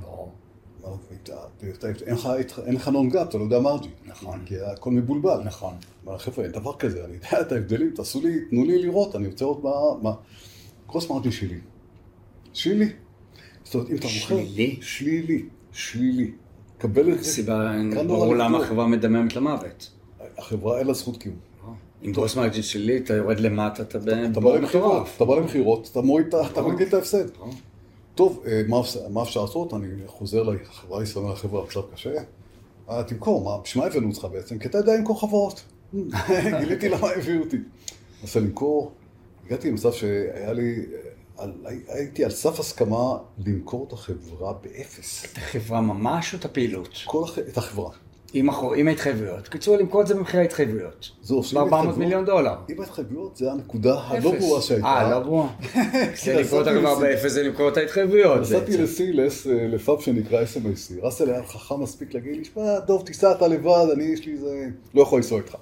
אין לך נון גאפ, אתה לא יודע מרג'ין. נכון. כי הכל מבולבל. נכון. אבל חבר'ה, אין דבר כזה, אני יודע את ההבדלים, תנו לי לראות, אני רוצה לראות מה... גרוס מרג'ין שלילי. זאת אומרת, אם אתה מוכר... שלילי. קבל את זה. סיבה, ברור למה החברה מדממת למוות. החברה אין לה זכות קיום. עם גרוס מרג'ין שלי, אתה יורד למטה, אתה בא למחירות, אתה מגיע את ההפסד. טוב, מה אפשר לעשות? אני חוזר לחברה הישראלית, לחברה עכשיו קשה. תמכור, בשביל מה הבאנו אותך בעצם? כי אתה יודע למכור חברות. גיליתי למה הביאו אותי. נסה למכור, הגעתי למצב שהיה לי, הייתי על סף הסכמה למכור את החברה באפס. את החברה ממש או את הפעילות? את החברה. עם ההתחייבויות. קיצור, למכור את זה במחיר ההתחייבויות. ב$400 מיליון. עם ההתחייבויות זה הנקודה הלא ברורה שהייתה. לא ברורה. זה למכור את הרבע באפס, זה למכור את ההתחייבויות. נסעתי לסילס, לפאב שנקרא SMAC. ראסל היה חכם מספיק להגיד לי, שמע, דוב, תיסע אתה לבד, יש לי זה, לא יכול לנסוע איתך.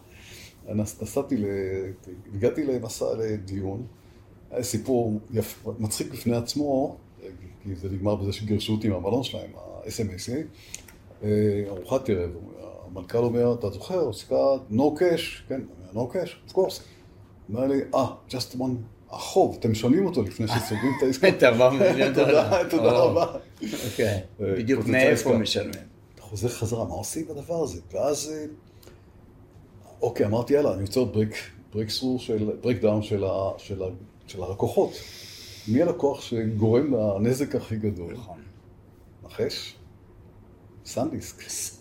הגעתי לדיון, היה סיפור מצחיק בפני עצמו, כי זה נגמר בזה שגירשו אותי מהמלון שלהם, ה-SMAC, ארוחת ערב, המנכ"ל אומר, אתה זוכר, עסקה no cash, כן, no cash, of course. אומר לי, just one, החוב, אתם משלמים אותו לפני שסוגרים את העסקה. $400 מיליון. תודה רבה. אוקיי, בדיוק מאיפה משלמים. אתה חוזר חזרה, מה עושים בדבר הזה? ואז, אוקיי, אמרתי, יאללה, אני יוצא ברקדאון של הלקוחות. מי הלקוח שגורם לנזק הכי גדול? נכון. נחש? סנדיסק.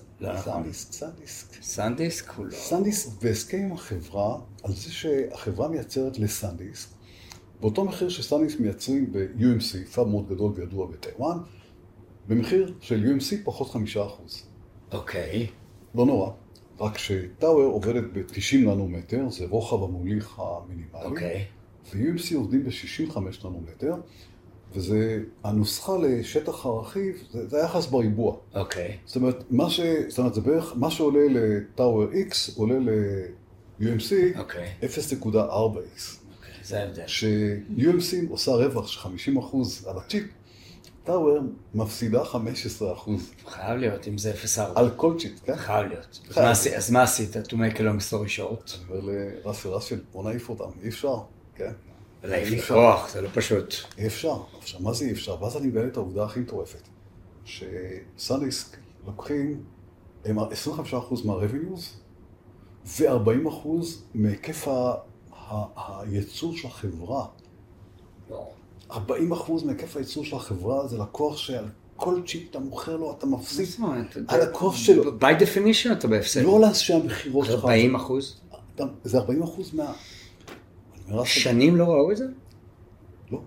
סנדיסק הוא לא. סנדיסק בהסכם עם החברה, על זה שהחברה מייצרת לסנדיסק, באותו מחיר שסנדיסק מייצרים ב-UMC, פאב מאוד גדול וידוע בטיואן, במחיר של UMC פחות 5%. אוקיי. לא נורא, רק שטאוור עובדת ב-90 ננומטר, זה רוחב המוליך המינימלי. אוקיי. ו-UMC עובדים ב-65 ננומטר, וזה הנוסחה לשטח הרכיב, זה היחס בריבוע. אוקיי. זאת אומרת, זה בערך, מה שעולה לטאוור X עולה ל-UMC 0.4X. זה ההבדל. ש-UMC עושה רווח של 50% על הצ'יפ, טאוור מפסידה 15%. חייב להיות, אם זה 0.4. על כל צ'יפ, כן? חייב להיות. אז מה עשית? To make a long story short. אני אומר לראסל, בוא נעיף אותם, אי אפשר, כן? להעיף כוח, זה לא פשוט. אי אפשר. עכשיו, מה זה אי אפשר? ואז אני מגלה את העובדה הכי מטורפת. שסנדיסק לוקחים, הם 25% מהרוויניוז, ו-40% מהיקף הייצור של החברה. 40% מהיקף הייצור של החברה זה לקוח שעל כל צ'יפ אתה מוכר לו, אתה מפסיד. הלקוח שלו. by definition אתה בהפסד. לא לאנשי המחירות שלך. 40%? זה 40% מה... שנים לא ראו את זה? לא.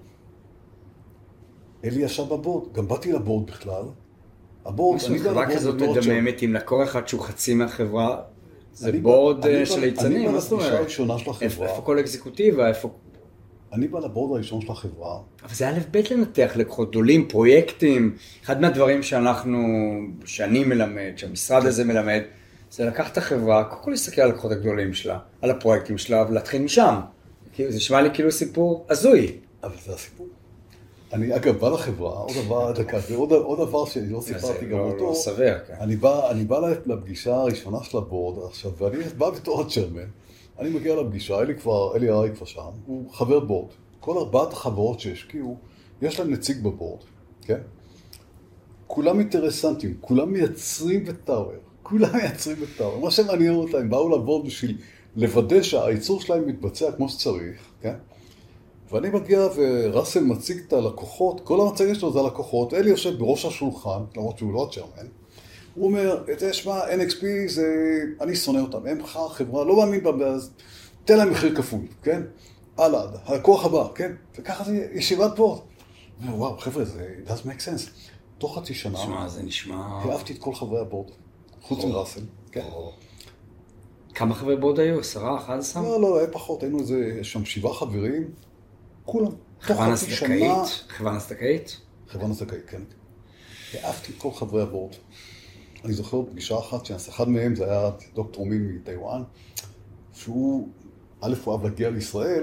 אלי ישב בבורד, גם באתי לבורד בכלל. הבורד, אני בא לבורד... חברה כזאת מדממת עם לקוח אחד שהוא חצי מהחברה, זה בורד של ליצנים, מה זאת אומרת? אני בא לפגישה הראשונה של החברה. איפה כל אקזקוטיבה, איפה... אני בא לבורד הראשון של החברה. אבל זה א' ב' לנתח לקוחות גדולים, פרויקטים. אחד מהדברים שאני מלמד, שהמשרד הזה מלמד, זה לקחת את החברה, קודם כל להסתכל על לקוחות הגדולים שלה, על הפרויקטים שלה, ולהתחיל משם. זה שמע לי כאילו סיפור הזוי. אבל זה הסיפור. אני אגב בא לחברה, עוד דבר שאני לא סיפרתי גם אותו. לא סביר, כן. אני בא לפגישה הראשונה של הבורד, עכשיו, ואני בא בתור הצ'רמן, אני מגיע לפגישה, אלי הרי כבר שם, הוא חבר בורד. כל 4 החברות שהשקיעו, יש להם נציג בבורד, כן? כולם אינטרסנטים, כולם מייצרים בטאוור, מה שמעניין אותם, הם באו לבורד בשביל לוודא שהייצור שלהם מתבצע כמו שצריך, כן? ואני מגיע וראסל מציג את הלקוחות, כל המצגת שלו זה הלקוחות, אלי יושב בראש השולחן, למרות שהוא לא הצ'רמן, הוא אומר, תשמע, NXP זה, אני שונא אותם, הם חברה, לא מאמין בה, אז תן להם מחיר כפול, כן? הלאה, הלקוח הבא, כן? וככה זה ישיבת בורד. וואו, חבר'ה, זה does make sense. תוך חצי שנה, זה נשמע... העפתי את כל חברי הבורד, חוץ מראסל, כן? כמה חברי בורד היו? 10, 11? לא, היה פחות, היינו שם 7 חברים, כולם. חברה נסדקאית? חברה נסדקאית, כן. העפתי את כל חברי הבורד. אני זוכר פגישה אחת, אחד מהם זה היה דוקטור מין מטיואן, שהוא, א' הוא אהב להגיע לישראל,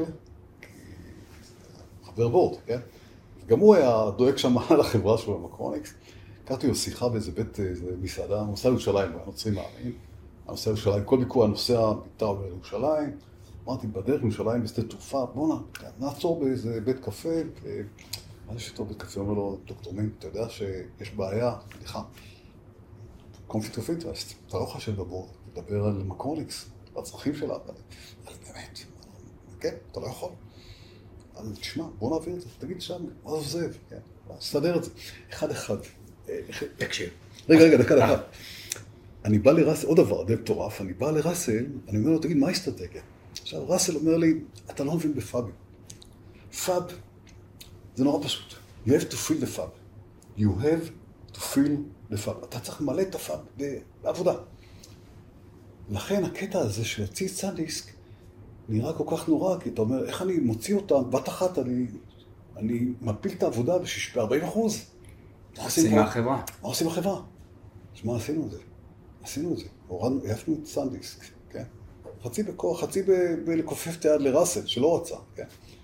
חבר בורד, כן? גם הוא היה דואג שם על החברה שלו במקרוניקס. הכרתי לו שיחה באיזה בית, איזה מסעדה, נוסע לירושלים, הוא היה נוצרי מאמין. הנוסע לירושלים, כל ביקור הנוסע ביטאו לירושלים. אמרתי, בדרך לירושלים בשדה תעופה, בוא נעצור באיזה בית קפה. מה זה שטוב בית קפה? אומר לו, דוקטור מין, אתה יודע שיש בעיה, סליחה. conflict of interest, אתה לא חושב בבורד, לדבר על מקרוניקס, על הצרכים שלה, אבל באמת, כן, אתה לא יכול. אז תשמע, בוא נעביר את זה, תגיד שם, מה עוזב, כן, סדר את זה. אחד. תקשיב. רגע, דקה. אני בא לראסל, עוד דבר, די מטורף, אני בא לראסל, אני אומר לו, תגיד, מה האסטרטגיה? עכשיו, ראסל אומר לי, אתה לא מבין בפאבים. פאב, זה נורא פשוט. You have to fill the fab. You have to fill the fab. אתה צריך למלא את הפאב בעבודה. לכן הקטע הזה להוציא סנדיסק נראה כל כך נורא, כי אתה אומר, איך אני מוציא אותם, בת אחת אני מפיל את העבודה ב-40%. עושים מהחברה. מה עושים בחברה? אז מה עשינו את זה? עשינו את זה. העפנו את סנדיסק, כן? חצי בכוח, חצי בלכופף את היד לראסל, שלא רצה, כן?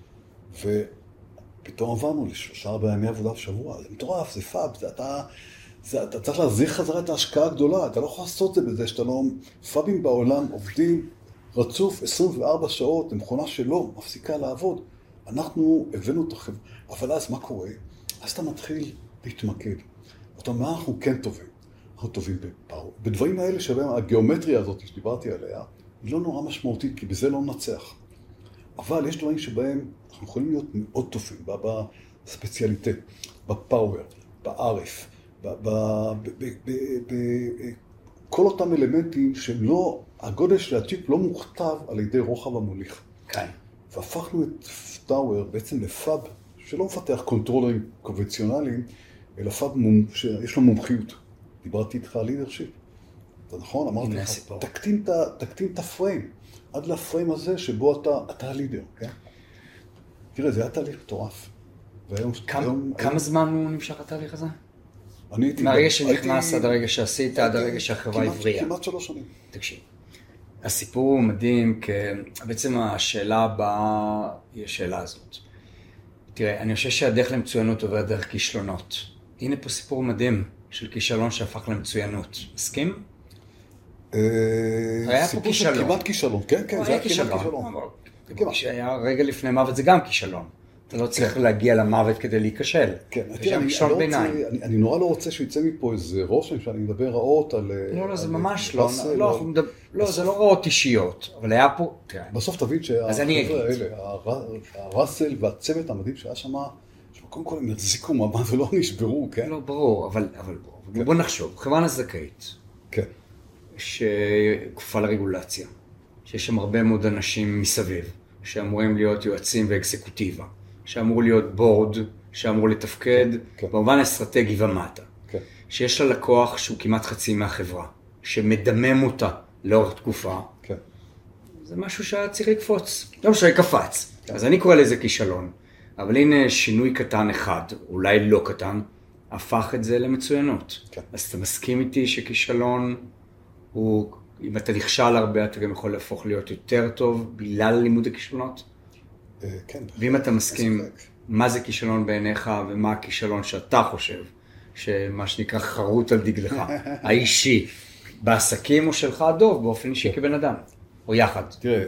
ופתאום עברנו ל3-4 ימי עבודה בשבוע. זה מטורף, זה פאב, אתה צריך להחזיר חזרה את ההשקעה הגדולה, אתה לא יכול לעשות את זה בזה שאתה לא... פאבים בעולם עובדים רצוף 24 שעות, למכונה שלא מפסיקה לעבוד. אנחנו הבאנו את החברה, אבל אז מה קורה? אז אתה מתחיל להתמקד. אתה אומר, אנחנו כן טובים. אנחנו טובים בדברים האלה שבהם הגיאומטריה הזאת שדיברתי עליה, היא לא נורא משמעותית, כי בזה לא נצח. אבל יש דברים שבהם אנחנו יכולים להיות מאוד טובים, בספציאליטט, בפאוור, בערף, בכל אותם אלמנטים שלא, הגודל של הצ'יפ לא מוכתב על ידי רוחב המוליך. כן. והפכנו את טאוור בעצם לפאב שלא מפתח קונטרולרים קונבנציונליים, אלא פאב שיש לו מומחיות. דיברתי איתך על לידרשיפ. אתה נכון? אמרתי לך, תקטין את הפריים. עד לפריים הזה שבו אתה הלידר, כן? תראה, זה היה תהליך מטורף. כמה זמן הוא נמשך התהליך הזה? אני מהרגע שנכנס עד הרגע שעשית, עד הרגע שהחברה הבריאה. כמעט 3 שנים. תקשיב. הסיפור הוא מדהים, כי בעצם השאלה הבאה היא השאלה הזאת. תראה, אני חושב שהדרך למצוינות עוברת דרך כישלונות. הנה פה סיפור מדהים של כישלון שהפך למצוינות. מסכים? היה פה כישלון. כמעט כישלון, כן, כן, זה היה כמעט כישלון. היה רגע לפני מוות, זה גם כישלון. אתה לא צריך להגיע למוות כדי להיכשל. כן, אני נורא לא רוצה שיצא מפה איזה רושם שאני מדבר רעות על... לא, זה ממש לא. לא, זה לא רעות אישיות, אבל היה פה... בסוף תבין שהחבר'ה האלה, הראסל והצוות המדהים שהיה שם, שקודם כל הם יחזיקו מעמד ולא נשברו, כן? לא, ברור, אבל בוא נחשוב. חברה נזקאית. כן. שכפופה לרגולציה. שיש שם הרבה מאוד אנשים מסביב, שאמורים להיות יועצים ואקזקוטיבה. שאמור להיות בורד, שאמור לתפקד, במובן אסטרטגי ומטה. שיש לה לקוח שהוא כמעט חצי מהחברה, שמדמם אותה לאורך תקופה. זה משהו שהיה צריך לקפוץ. לא שקפץ. אז אני קורא לזה כישלון. אבל הנה שינוי קטן אחד, אולי לא קטן, הפך את זה למצוינות. אז אתה מסכים איתי שכישלון הוא, אם אתה נכשל הרבה, אתה גם יכול להפוך להיות יותר טוב בגלל לימוד הכישלונות? כן. ואם אתה מסכים, מה זה כישלון בעיניך ומה הכישלון שאתה חושב, שמה שנקרא חרוט על דגלך, האישי, בעסקים או שלך הדוב, באופן אישי כבן אדם, או יחד? תראה,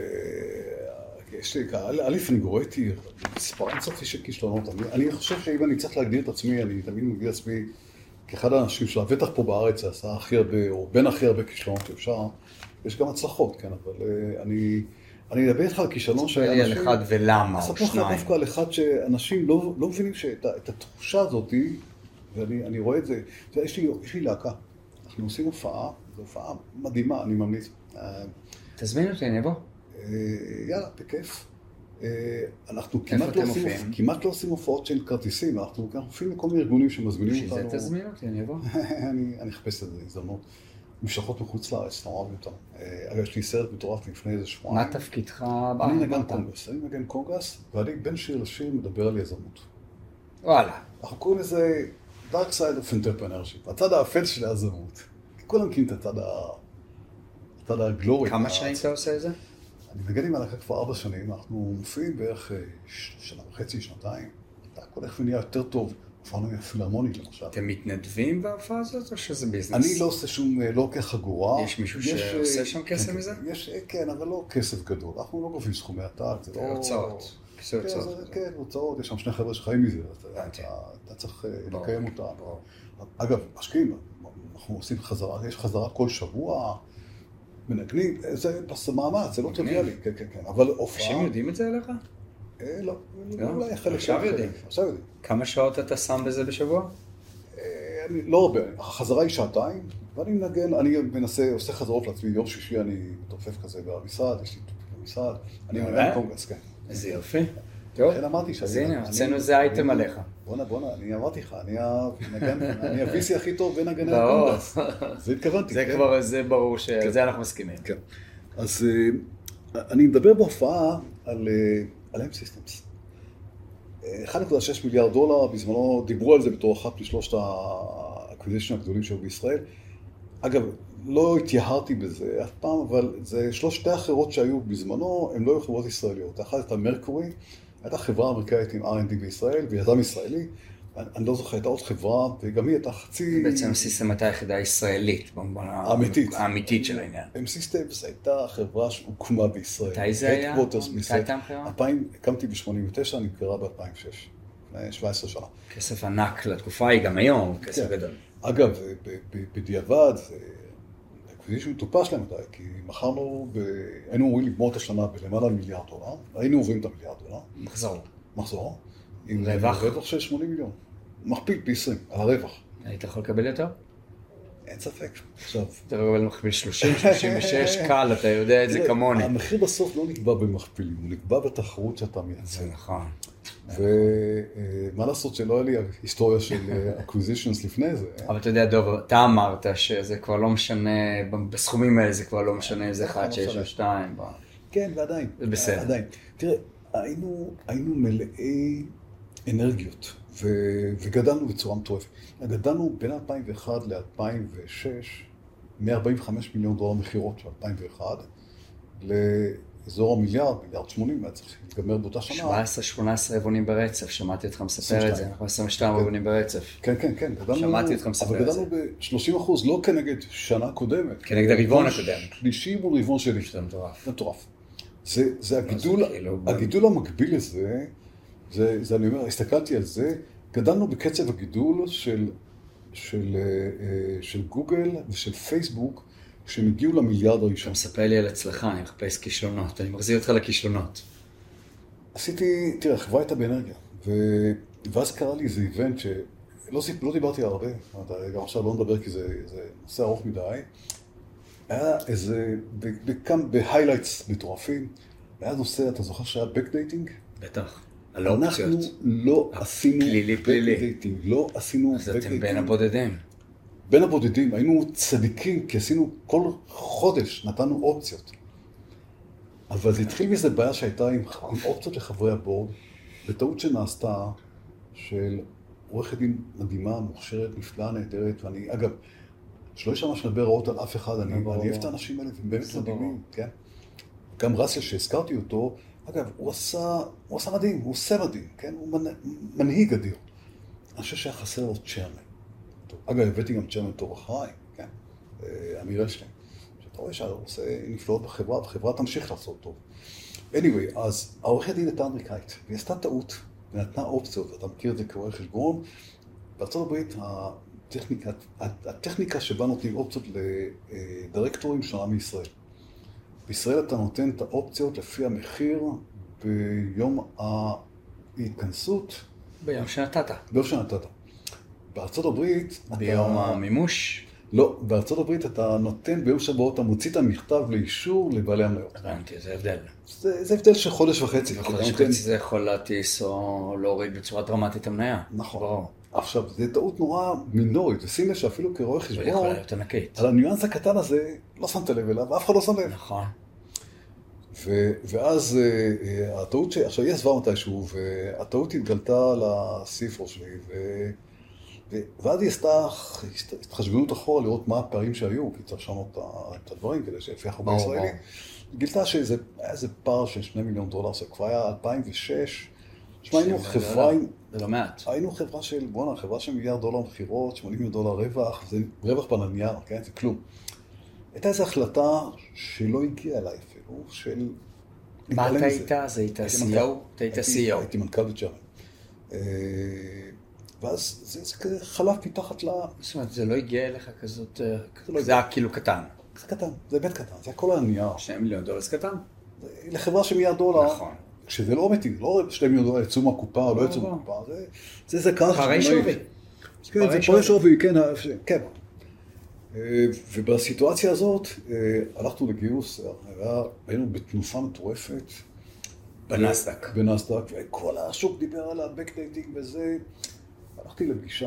יש לי, א', אני גורתי מספר אינסופי של כישלונות. אני חושב שאם אני צריך להגדיר את עצמי, אני תמיד מגדיר את עצמי כאחד האנשים שבטח פה בארץ עשה הכי הרבה, או בין הכי הרבה כישלונות שאפשר. יש גם הצלחות, כן, אבל אני אדבר איתך על כישלון שאנשים... על אחד ולמה, או שניים. אספר לך דווקא על אחד שאנשים לא מבינים שאת התחושה הזאת, ואני רואה את זה, יש לי להקה. אנחנו עושים הופעה, זו הופעה מדהימה, אני ממליץ. תזמין אותי, נבוא. יאללה, בכיף. אנחנו כמעט לא עושים הופעות של כרטיסים, אנחנו מופיעים לכל מיני ארגונים שמזמינים אותנו. שזה תזמין אותי, אני אבוא. אני אחפש את זה, הזדמנות. משלחות מחוץ לארץ, נורא אותם. אגב, יש לי סרט מטורף לפני איזה שבועיים. מה תפקידך? אני נגן קונגרס. אני נגן קונגרס, ואני בין שיר לשיר מדבר על יזמות. וואלה. אנחנו קוראים לזה Dark Side of Entrepreneurship, הצד האפל של היזמות. כולם מכירים את הצד הגלורי. כמה שנים אתה עושה את זה? אני מגן עם הלכה כבר 4 שנים, אנחנו מופיעים בערך 1.5 שנתיים. הכל איך ונהיה יותר טוב. הופענו פילהרמונית למשל. אתם מתנדבים בהופעה הזאת או שזה ביזנס? אני לא עושה שום, לא כחגורה. יש מישהו שעושה שם כסף מזה? כן, אבל לא כסף גדול. אנחנו לא גובים סכומי עתק, זה לא... הוצאות. כן, הוצאות. יש שם 2 חבר'ה שחיים מזה. אתה צריך לקיים אותה. אגב, משקיעים, אנחנו עושים חזרה, יש חזרה כל שבוע, מנגנים, זה מאמץ, זה לא טריוויאלי. כן, כן, כן. אבל הופעה... אנשים יודעים את זה עליך? לא, אולי חלק. עכשיו יודעים. כמה שעות אתה שם בזה בשבוע? לא הרבה. החזרה היא 2 שעתיים, ואני מנגן, אני מנסה, עושה חזרות לעצמי, יום שישי אני מתופף כזה במשרד, יש לי תופף במשרד, אני מנגן קונגרס, כן. איזה יופי. טוב, לכן אמרתי אז הנה, עשינו איזה אייטם עליך. בואנה, אני אמרתי לך, אני הוויסי הכי טוב בין הגני הקונדס. זה התכוונתי. זה כבר, זה ברור שזה אנחנו מסכימים. כן. אז אני מדבר בהופעה על M-Systems. 1.6 מיליארד דולר, בזמנו דיברו על זה בתור אחת משלושת האקוויזישנים הגדולים שהיו בישראל. אגב, לא התייהרתי בזה אף פעם, אבל זה שלושתי אחרות שהיו בזמנו, הן לא היו חברות ישראליות. אחת הייתה מרקורי, הייתה חברה אמריקאית עם R&D בישראל, ויזם ישראלי. אני לא זוכר, הייתה עוד חברה, וגם היא הייתה חצי... בעצם סיסטם הייתה היחידה ישראלית, במובן האמיתית של העניין. M-Systems הייתה חברה שהוקמה בישראל. מתי זה היה? מתי הייתה המחירה? הקמתי ב-89, נמכרה ב-2006, לפני 17 שנה. כסף ענק לתקופה היא גם היום, כסף גדול. אגב, בדיעבד, האקוויזישן מטופש להם מדי, כי היינו אמורים לגמור את השנה בלמעלה מיליארד דולר, היינו עוברים את המיליארד דולר. מחזור. עם רווח של 80 מיליון. מכפיל פי 20 על הרווח. היית יכול לקבל יותר? אין ספק. עכשיו... אתה רואה מכפיל 30, 36, קל, אתה יודע את זה כמוני. המחיר בסוף לא נקבע במכפילים, הוא נקבע בתחרות שאתה מייצר. זה נכון. ומה לעשות שלא היה לי היסטוריה של acquisitions לפני זה. אבל אתה יודע, דוב, אתה אמרת שזה כבר לא משנה, בסכומים האלה זה כבר לא משנה, זה 1, 6 או 2. כן, ועדיין. זה בסדר. עדיין. תראה, היינו מלאי אנרגיות, וגדלנו בצורה מטורפת. גדלנו בין 2001 ל-2006, 145 מיליון דולר מחירות של 2001, לאזור המיליארד, מיליארד 80, היה צריך להתגמר באותה שנה. 17-18 רבעונים ברצף, שמעתי אותך מספר את זה, אנחנו 22 רבעונים ברצף. כן. שמעתי אותך מספר את זה. אבל גדלנו ב-30%, לא כנגד שנה קודמת. כנגד הרבעון הקודם. שלישי מול רבעון שלי. זה מטורף. זה מטורף. זה הגידול המקביל לזה, זה אני אומר, הסתכלתי על זה, גדלנו בקצב הגידול של גוגל ושל פייסבוק, כשהם הגיעו למיליארד הראשון. אתה מספר לי על הצלחה, אני מחפש כישלונות, אני מחזיר אותך לכישלונות. תראה, החברה הייתה באנרגיה, ואז קרה לי איזה איבנט שלא דיברתי הרבה, גם עכשיו לא נדבר כי זה נושא ארוך מדי, היה איזה, בהיילייטס מטורפים, היה נושא, אתה זוכר שהיה בקדייטינג? בטח. אנחנו לא עשינו בקדייטינג, לא עשינו בקדייטינג. אז אתם בין הבודדים. בין הבודדים, היינו צדיקים, כי עשינו כל חודש, נתנו אופציות. אבל זה התחיל מזה בעיה שהייתה עם אופציות לחברי הבורד, בטעות שנעשתה של עורכת דין מדהימה, מוכשרת, נפלאה, נהדרת, ואני, אגב, שלא יש ממש לדבר רעות על אף אחד, אני אוהב את האנשים האלה, והם באמת מדהימים, כן? גם רסיה שהזכרתי אותו, אגב, הוא עשה מדהים, הוא עושה מדהים, כן? הוא מנהיג אדיר. אני חושב שהיה חסר לו צ'רמן. אגב, הבאתי גם צ'רמן טוב אחריי, כן? אמיר אשלם. שאתה רואה שהוא עושה נפלאות בחברה, והחברה תמשיך לעשות טוב. anyway, אז העורכת דין הייתה אמריקאית, והיא עשתה טעות, ונתנה אופציות, ואתה מכיר את זה כרואה חשבון. בארצות הברית, הטכניקה שבה נותנים אופציות לדירקטורים שונה מישראל. בישראל אתה נותן את האופציות לפי המחיר ביום ההתכנסות. ביום שנתת. ביום שנתת. בארצות הברית... ביום המימוש? לא, בארצות הברית אתה נותן ביום שבו אתה מוציא את המכתב לאישור לבעלי המניות. הבנתי, זה הבדל. זה הבדל של חודש וחצי. חודש וחצי זה יכול להטיס או להוריד בצורה דרמטית המניה. נכון. עכשיו, זו טעות נורא מינורית, ושים לב שאפילו כרואה חשבון, יכולה להיות ענקית. על הניואנס הקטן הזה לא שמת לב אליו, ואף אחד לא שם לב. נכון. ואז הטעות עכשיו היא עזבה מתישהו, והטעות התגלתה לספר שלי, ואז היא עשתה התחשבנות אחורה לראות מה הפערים שהיו, כי צריך לשנות את הדברים כדי שיפיח הרבה ישראלי. היא גילתה שהיה איזה פער של $2 מיליון, זה כבר היה 2006, תשמע, היינו חברה... זה לא מעט. היינו חברה של, חברה של $1 מיליארד מחירות, $80 מיליון רווח, זה רווח בננייר, כן? זה כלום. הייתה איזו החלטה שלא הגיעה אליי אפילו, של... מה אתה איתה? זה היית CEO? אתה היית CEO. הייתי מנכ"ל בצ'רמן. ואז זה כזה חלף מתחת ל... זאת אומרת, זה לא הגיע אליך כזאת... זה היה כאילו קטן. זה קטן, זה באמת קטן, זה הכל הנייר. $2 מיליון זה קטן. לחברה של $1 מיליארד. נכון. כשזה לא אמיתי, לא $2 מיליון יצאו מהקופה או לא יצאו מהקופה, זה קרה פערי שווי. כן, זה פערי שווי, כן. ובסיטואציה הזאת הלכנו לגיוס, היינו בתנופה מטורפת, בנסדק. בנסדק, וכל השוק דיבר על הבקדייטינג וזה. הלכתי לפגישה,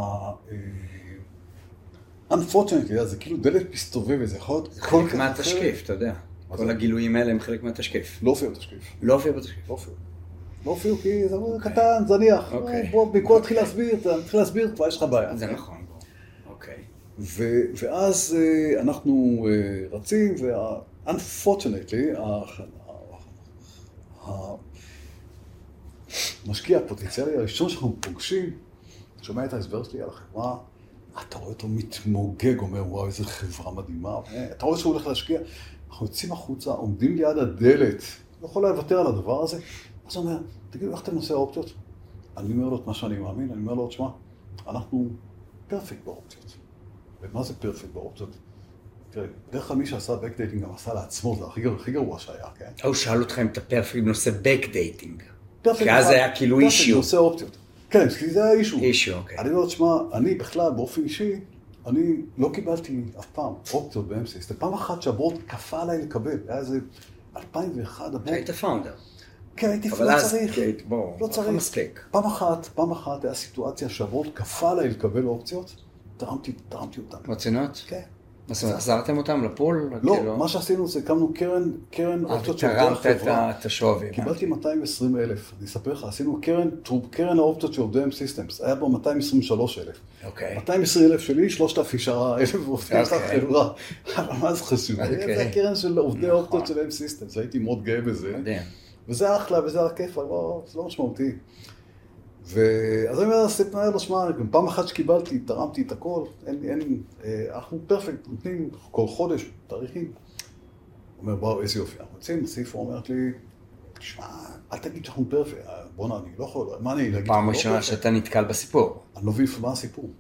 unfortunately, זה כאילו דלת מסתובבת, זה יכול להיות... זה חלק מהתשקיף, אתה יודע. כל הגילויים האלה הם חלק מהתשקיף. לא הופיע בתשקיף. לא הופיע בתשקיף. לא הופיעו כי זה קטן, זניח. בוא, במקום להתחיל להסביר, כבר יש לך בעיה. זה נכון. אוקיי. ואז אנחנו רצים, ו-unfortunately, המשקיע הפוטנציאלי הראשון שאנחנו פוגשים, שומע את ההסבר שלי על החברה, אתה רואה אותו מתמוגג, אומר, וואו, איזה חברה מדהימה. אתה רואה שהוא הולך להשקיע, אנחנו יוצאים החוצה, עומדים ליד הדלת, לא יכול לוותר על הדבר הזה. אז הוא אומר, תגידו, איך אתם נושא האופציות? אני אומר לו את מה שאני מאמין, אני אומר לו, תשמע, אנחנו פרפקט באופציות. ומה זה פרפקט באופציות? תראה, בדרך כלל מי שעשה בקדייטינג גם עשה לעצמו, זה הכי גרוע שהיה, כן? הוא שאל אותך אם אתה פרפקט בנושא בקדייטינג. כי אז היה כאילו אישיו. פרפקט בנושא האופציות. כן, כי זה היה אישיו. אישיו, אוקיי. אני אומר, תשמע, אני בכלל, באופן אישי, אני לא קיבלתי אף פעם אופציות ב-MCS. פעם אחת שהבורד כפה עליי לקבל, היה איזה 2001 הבורד. היית פאונדר. כן, הייתי אבל אז, לא צריך. פעם אחת היה סיטואציה שהבורד כפה עליי לקבל אופציות, תרמתי אותם. רצינות? כן. אז החזרתם אותם לפול? לא, מה שעשינו זה הקמנו קרן אופציות של עובדי החברה. ותרמת את השווי. קיבלתי 220,000. אני אספר לך, עשינו קרן האופציות של עובדי M-Systems. היה בו 223,000. 220,000 שלי, 3,000 עובדי החברה. מה זה חשוב? זה הקרן של עובדי האופציות של M-Systems. הייתי מאוד גאה בזה. וזה אחלה, וזה הכיף, אבל זה לא משמעותי. אז אני אומר, ספנאי לא שמע, פעם אחת שקיבלתי, תרמתי את הכל, אנחנו פרפקט, נותנים כל חודש, תאריכים. הוא אומר, וואו, איזה יופי, אנחנו יוצאים, סיפו אומרת לי, תשמע, אל תגיד שאנחנו פרפקט, בוא'נה, אני לא יכול, מה אני להגיד? פעם ראשונה שאתה נתקל בסיפור. אני לא מבין מה הסיפור.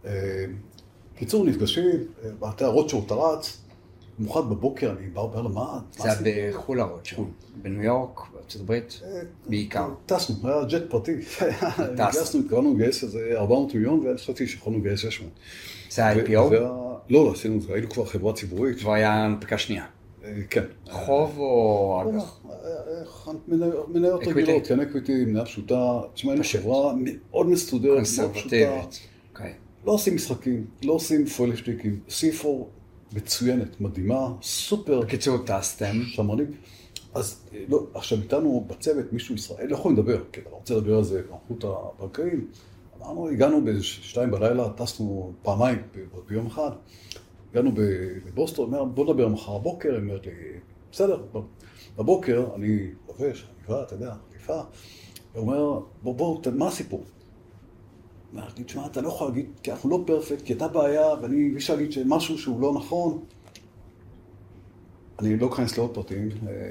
קיצור, נפגשים, באתי הרודשו, תרץ, במיוחד בבוקר, אני בא ואומר לו, מה הסיפור? זה היה בחול הרודשו, בניו יורק, בארצות הברית, בעיקר. טסנו, היה ג'ט פרטי. גייסנו, התכוונו לגייס איזה 400 מיליון, ואני חשבתי שיכולנו לגייס 600. זה ה-IPO? לא, עשינו את זה, היינו כבר חברה ציבורית. כבר היה הנפקה שנייה. כן. חוב או אג"ח? מניות רגילות, כן, אקוויטי, מניה פשוטה. תשמע, היינו חברה מאוד מסתודרת, מאוד פשוטה. לא עושים משחקים, לא עושים פוילשטיקים. C4 מצוינת, מדהימה, סופר. בקיצור, טסתם. שמרנים. אז לא, עכשיו איתנו בצוות מישהו ישראל, לא יכולים לדבר, כי אתה לא רוצה לדבר על זה במחוץ הבנקאים. אמרנו, הגענו ב-2 בלילה, טסנו פעמיים ביום אחד, הגענו לבוסטון, אומר, בוא נדבר מחר הבוקר, היא אומרת לי, בסדר, בבוקר אני לובש, עניבה, אתה יודע, חליפה, הוא אומר, בוא, מה הסיפור? אמרתי לי, תשמע, אתה לא יכול להגיד, כי אנחנו לא פרפקט, כי אתה בעיה, ואני אפשר להגיד שמשהו שהוא לא נכון, אני לא אכנס לעוד פרטים.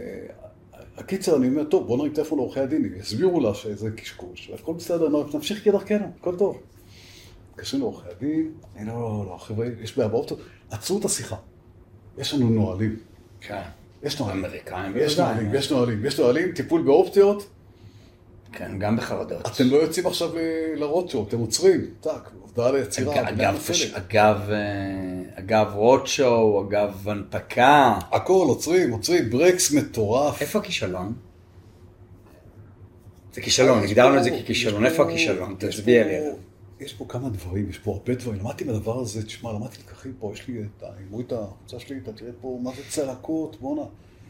הקיצר, אני אומר, טוב, בוא נרים טלפון לעורכי הדין, יסבירו לה שזה קשקוש, הכל בסדר, נמשיך כדרכנו, הכל טוב. קשרים לעורכי הדין, לא, חבר'ה, יש בעיה באופציות, עצרו את השיחה. יש לנו נועלים. כן. יש נועלים. אמריקאים. יש נועלים, טיפול באופציות. כן, גם בחרדות. אתם לא יוצאים עכשיו לרודשו, אתם עוצרים, טק, עובדה ליצירה. אגב רודשו, אגב הנפקה. הכל, עוצרים, ברקס מטורף. איפה הכישלון? זה כישלון, הגדרנו את זה ככישלון. איפה הכישלון? תצביע לי. יש פה כמה דברים, יש פה הרבה דברים. למדתי בדבר הזה, תשמע, למדתי לקחים פה, יש לי את החולצה שלי, אתה תראה פה, מה זה צלקות, בוא'נה.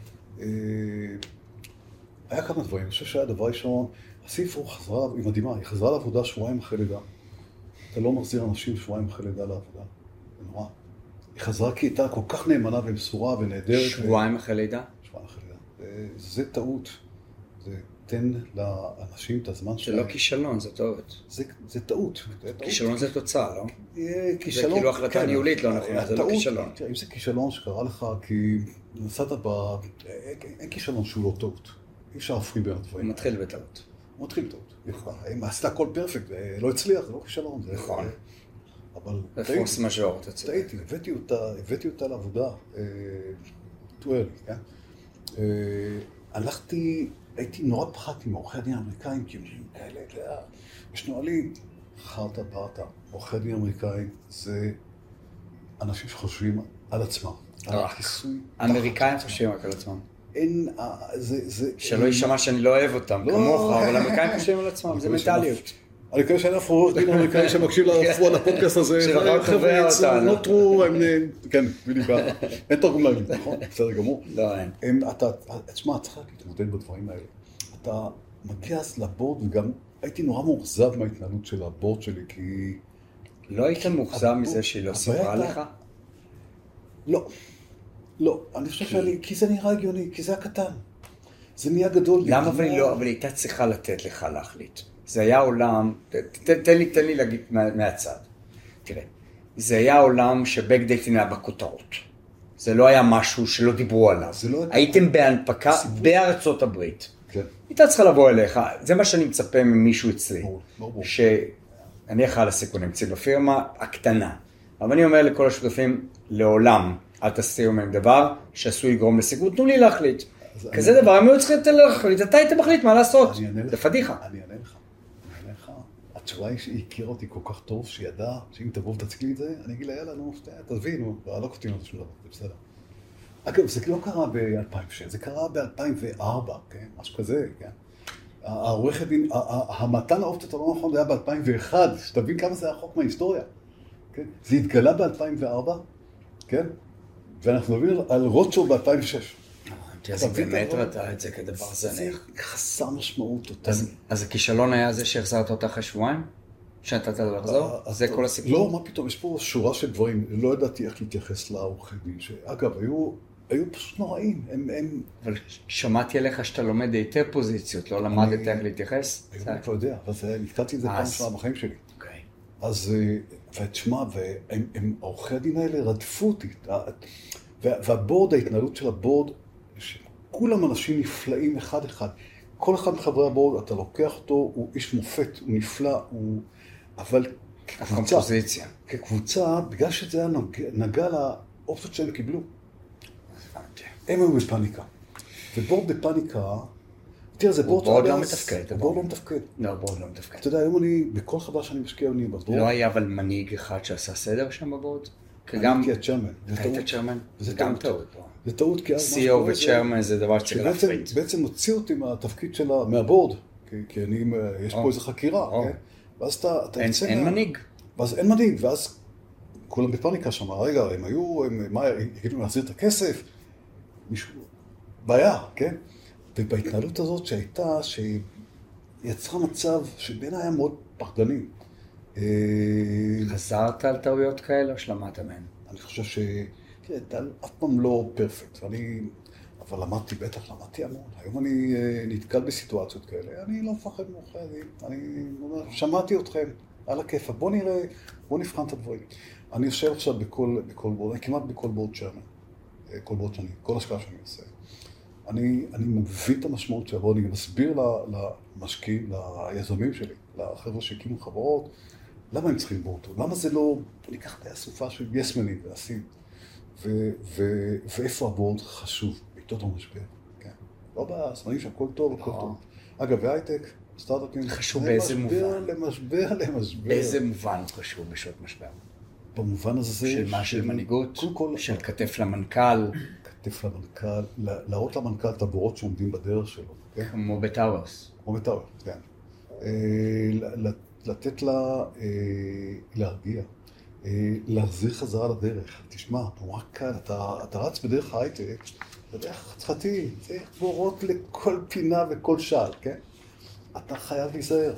היה כמה דברים, אני חושב שהיה דבר ראשון, הסיפור חזרה, היא מדהימה, היא חזרה לעבודה שבועיים אחרי לידה. אתה לא מחזיר אנשים שבועיים אחרי לידה לעבודה, זה נורא. היא חזרה כי הייתה כל כך נאמנה ומסורה ונהדרת. שבועיים אחרי לידה? שבועיים אחרי לידה. זה טעות. זה תן לאנשים את הזמן שלהם. זה לא כישלון, זה טעות. זה טעות. כישלון זה תוצאה, לא? זה כאילו החלטה ניהולית לא נכונה, זה לא כישלון. אם זה כישלון שקרה לך, כי נסעת אין כישלון שהוא לא טעות. אי אפשר להפריד בין הדברים. הוא מתחיל בטעות. הוא מתחיל בטעות. אם עשתה הכל פרפקט, לא הצליח, זה לא כישלון. נכון. אבל בפורס מז'ור, אתה צודק. טעיתי, הבאתי אותה לעבודה, טואל, כן? הייתי נורא פחדתי מעורכי הדין האמריקאים, כי הם כאלה, יש נועלים, חרטה פרטה. עורכי הדין האמריקאים זה אנשים שחושבים על עצמם. על הכיסוי. האמריקאים חושבים רק על עצמם. אין, שלא יישמע שאני לא אוהב אותם, כמוך, אבל האמריקאים חושבים על עצמם, זה מנטליות. אני מקווה שאין אף עורך דין אמריקאי שמקשיב לפודקאסט הזה, חבר'ה, not true, כן, בדיוק, אין תרגום להגיד, נכון? בסדר גמור. לא, אין. תשמע, צריך להתמודד בדברים האלה. אתה מגיע אז לבורד, וגם הייתי נורא מאוכזב מההתנהלות של הבורד שלי, כי... לא היית מאוכזב מזה שהיא לא סיפרה לך? לא. לא, אני חושב כי זה נראה הגיוני, כי זה הקטן. זה נהיה גדול. למה אבל הייתה צריכה לתת לך להחליט? זה היה עולם, תן לי להגיד מהצד. תראה, זה היה עולם שבקדייטינג היה בכותרות. זה לא היה משהו שלא דיברו עליו. הייתם בהנפקה בארצות הברית. הייתה צריכה לבוא אליך, זה מה שאני מצפה ממישהו אצלי. שאני אחראי לסיכונים אצלי בפירמה הקטנה. אבל אני אומר לכל השותפים, לעולם, אל תסתירו מהם דבר שעשוי לגרום לסיכון, תנו לי להחליט. כזה דבר, הם היו צריכים להחליט, אתה היית מחליט מה לעשות. זה פדיחה. אני אענה לך. התשובה היא שהיא הכירה אותי כל כך טוב, שידעה שאם תבוא ותציג לי את זה, אני אגיד לה, יאללה, נו, תבינו, לא כותבים אותה שום דבר, זה בסדר. אגב, זה לא קרה ב-2006, זה קרה ב-2004, כן? משהו כזה, כן? העורכת דין, המתן האופציות הלא נכון, זה היה ב-2001, שתבין כמה זה היה חוק מההיסטוריה, כן? זה התגלה ב-2004, כן? ואנחנו נבין על רוטשו ב-2006. אז באמת ראתה את זה כדבר זנך. זה חסר משמעות. אז הכישלון היה זה שהחזרת אותה אחרי שבועיים? שנתת לה לחזור? זה כל הסיפור? לא, מה פתאום, יש פה שורה של דברים. לא ידעתי איך להתייחס לעורכי דין, שאגב, היו פשוט נוראים. אבל שמעתי עליך שאתה לומד היטב פוזיציות, לא למדת איך להתייחס? אני לא יודע, אבל נתקלתי את זה פעם שלה בחיים שלי. אז, ותשמע, העורכי הדין האלה רדפו אותי. והבורד, ההתנהלות של הבורד, כולם אנשים נפלאים אחד אחד. כל אחד מחברי הבורד, אתה לוקח אותו, הוא איש מופת, הוא נפלא, אבל כקבוצה, בגלל שזה היה נגע לאופציות שהם קיבלו. הם היו בפניקה. ובורד בפניקה, תראה, זה בורד לא מתפקד. בורד לא מתפקד. לא, בורד לא מתפקד. אתה יודע, היום אני, בכל חברה שאני משקיע, אני בבורד. לא היה אבל מנהיג אחד שעשה סדר שם בבורד? אני הייתי הצ'רמן. היית צ'רמן? זה גם טעות. זה טעות, כי אז... CEO וצ'רמן זה דבר שצריך להפריט. שבעצם הוציא אותי מהתפקיד שלה, מהבורד, כי יש פה איזו חקירה, כן? ואז אתה יוצא... אין מנהיג. ואז אין מנהיג, ואז כולם בפניקה שם, רגע, הם היו, מה, יגידו להחזיר את הכסף? מישהו... בעיה, כן? ובהתנהלות הזאת שהייתה, שיצרה מצב שבעיניי היה מאוד פחדני. חזרת על טעויות כאלה או שלמדת מהן? אני חושב ש... תראה, אף פעם לא פרפקט, אבל למדתי המון. היום אני נתקל בסיטואציות כאלה, אני לא מפחד מעורכי הדין. אני אומר, שמעתי אתכם, על הכיף, בוא נראה, בוא נבחן את הדברים. אני יושב עכשיו בכל בורד, כמעט בכל בורד שאני, כל השקעה שאני עושה. אני מבין את המשמעות של הבורד, אני מסביר למשקיעים, ליזמים שלי, לחבר'ה שהקימו חברות, למה הם צריכים בורד? למה זה לא, ניקח את הסופה של יסמנים ועשים. ואיפה הבורד חשוב, בעיתות המשבר, כן? לא בזמנים שהכל טוב, הכל טוב. אגב, בהייטק, סטארט-אפים, חשוב באיזה מובן? למשבר. באיזה מובן חשוב בשעות משבר? במובן הזה... של מה? של מנהיגות? של כתף למנכ"ל? כתף למנכ"ל, להראות למנכ"ל את הבורות שעומדים בדרך שלו, כן? כמו בטאוורס. כמו בטאוורס, כן. לתת לה להרגיע. להחזיר חזרה לדרך. תשמע, נורא קל, אתה רץ בדרך ההייטק, זה דרך חתחתי, זה בורות לכל פינה וכל שעל, כן? אתה חייב להיזהר,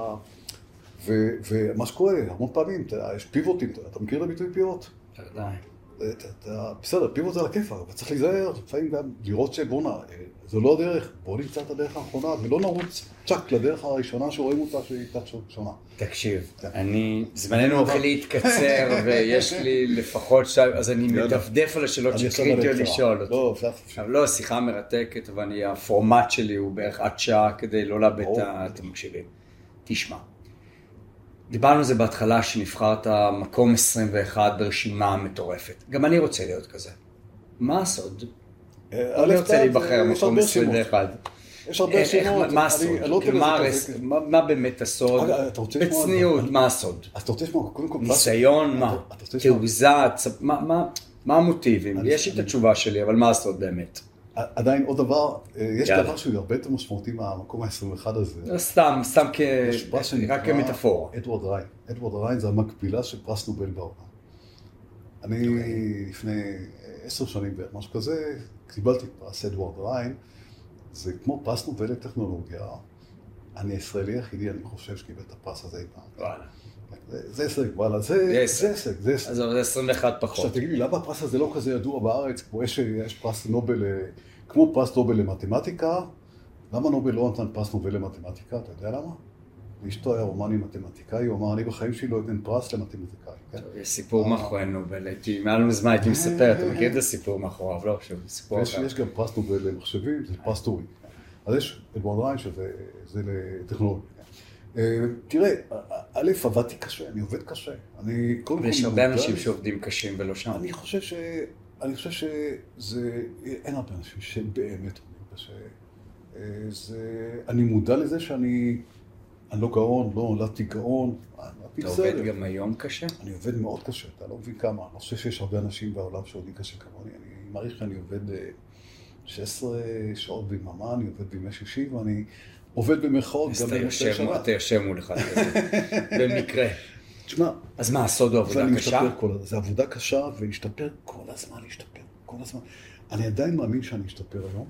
ומה שקורה, המון פעמים, יש פיבוטים, אתה מכיר את הביטוי פיבוט? בוודאי. בסדר, פיבוט זה על הכיף, אבל צריך להיזהר, לפעמים גם לראות שבונה, זו לא הדרך, בוא נמצא את הדרך האחרונה, ולא נרוץ צ'ק לדרך הראשונה שרואים אותה שהיא הייתה שונה. תקשיב, זמננו הולך להתקצר, ויש לי לפחות שם, אז אני מדפדף על השאלות שקריטיות לשאול אותי. לא, שיחה מרתקת, והפורמט שלי הוא בערך עד שעה, כדי לא לאבד את המקשיבים. תשמע. דיברנו על זה בהתחלה שנבחרת מקום 21 ברשימה מטורפת. גם אני רוצה להיות כזה. מה הסוד? אני רוצה להיבחר מקום 21. יש הרבה שמות. מה הסוד? מה באמת הסוד? בצניעות, מה הסוד? אז אתה רוצה לשמוע, קודם כל... ניסיון, מה? תעוזה, מה המוטיבים? יש לי את התשובה שלי, אבל מה הסוד באמת? עדיין עוד דבר, יש דבר שהוא הרבה יותר משמעותי מהמקום ה-21 הזה. סתם רק כמטאפורה. אדוארד ריין זה המקבילה של פרס נובל בעולם. אני לפני 10 שנים בערך, משהו כזה, קיבלתי פרס אדוארד ריין, זה כמו פרס נובל לטכנולוגיה. אני הישראלי היחידי, אני חושב שקיבל את הפרס הזה אי פעם. וואלה. זה הישג, וואלה, זה הישג. אז זה 21 פחות. עכשיו תגיד לי, למה הפרס הזה לא כזה ידוע בארץ, כמו יש פרס נובל, כמו פרס נובל למתמטיקה, למה נובל לא נתן פרס נובל למתמטיקה, אתה יודע למה? אשתו היה רומני מתמטיקאי, הוא אמר, אני בחיים שלי לא אתן פרס למתמטיקאי. יש סיפור מאחורי נובל, מעל מזמן הייתי מספר, אתה מכיר את הסיפור מאחוריו, לא? סיפור אחר. יש גם פרס נובל למחשבים, זה פרס טורי. אז יש אדוארד ריין שזה לטכנולוגיה. תראה, א', עבדתי קשה, אני עובד קשה. ויש הרבה אנשים שעובדים קשים ולא שם. אני חושב שזה, אין הרבה אנשים שבאמת עובדים קשה. אני מודע לזה שאני לא גאון, לא נולדתי גאון. אתה עובד גם היום קשה? אני עובד מאוד קשה, אתה לא מבין כמה. אני חושב שיש הרבה אנשים בעולם שעובדים קשה כמוני. אני מעריך שאני עובד 16 שעות ביממה, אני עובד בימי שישי, ואני עובד במרכאות גם במוצאי שבת. אתה יושב מול אחד כזה, במקרה. תשמע, אז מה, הסוד הוא עבודה קשה? זה עבודה קשה, ולהשתפר כל הזמן, כל הזמן. אני עדיין מאמין שאני אשתפר היום.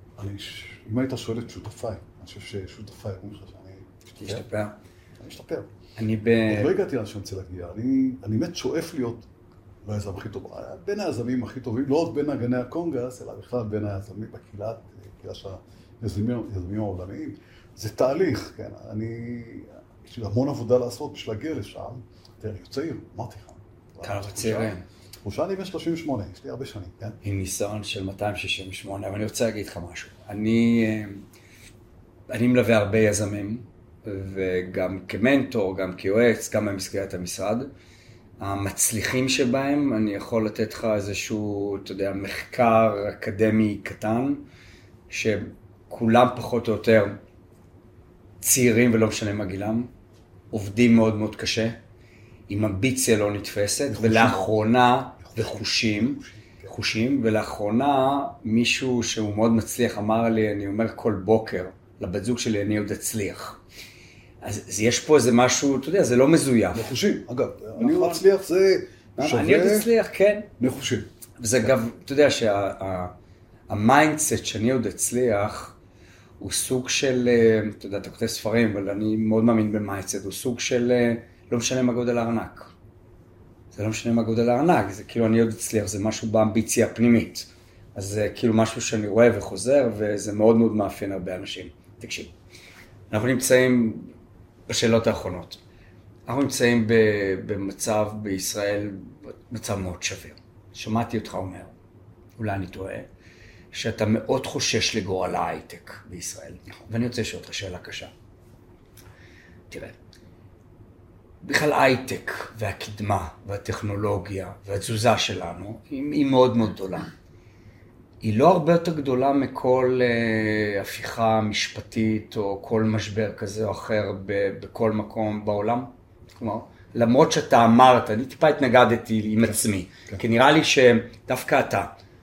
אם היית שואל את שותפיי, אני חושב ששותפיי אומרים לך שאני אשתפר. אני אשתפר. עוד לא הגעתי לאן שאני רוצה להגיע. אני באמת שואף להיות היזם הכי טוב. בין היזמים הכי טובים, לא עוד בין אגני הקונגרס, אלא בכלל בין היזמים בקהילה של היזמים העולמיים. זה תהליך, כן. יש לי המון עבודה לעשות בשביל להגיע לשם. תראה, אני צעיר, אמרתי לך. כמה צעירים. חושה אני בן 38, יש לי הרבה שנים, כן? עם ניסיון של 268, אבל אני רוצה להגיד לך משהו. אני מלווה הרבה יזמים, וגם כמנטור, גם כיועץ, גם במסגרת המשרד. המצליחים שבהם, אני יכול לתת לך איזשהו, אתה יודע, מחקר אקדמי קטן, שכולם פחות או יותר צעירים ולא משנה מה גילם, עובדים מאוד מאוד קשה, עם אמביציה לא נתפסת, ולאחרונה, חושים, ולאחרונה מישהו שהוא מאוד מצליח אמר לי, אני אומר כל בוקר, לבת זוג שלי אני עוד אצליח. אז יש פה איזה משהו, אתה יודע, זה לא מזויף. נחושים, אגב, אני עוד אצליח זה שווה... אני עוד אצליח, כן. נחושים. וזה גם, אתה יודע, שהמיינדסט שאני עוד אצליח, הוא סוג של, אתה יודע, אתה כותב ספרים, אבל אני מאוד מאמין במיינדסט, הוא סוג של, לא משנה מה גודל הארנק. זה לא משנה מה גודל הארנק, זה כאילו אני עוד אצליח, זה משהו באמביציה הפנימית. אז זה כאילו משהו שאני רואה וחוזר, וזה מאוד מאוד מאפיין הרבה אנשים. תקשיב, אנחנו נמצאים בשאלות האחרונות. אנחנו נמצאים במצב בישראל, מצב מאוד שביר. שמעתי אותך אומר, אולי אני טועה, שאתה מאוד חושש לגורל ההייטק בישראל. ואני רוצה לשאול אותך שאלה קשה. תראה, בכלל הייטק והקדמה והטכנולוגיה והתזוזה שלנו היא מאוד מאוד גדולה. היא לא הרבה יותר גדולה מכל הפיכה משפטית או כל משבר כזה או אחר בכל מקום בעולם. כלומר, למרות שאתה אמרת, אני טיפה התנגדתי עם עצמי, כי נראה לי שדווקא אתה,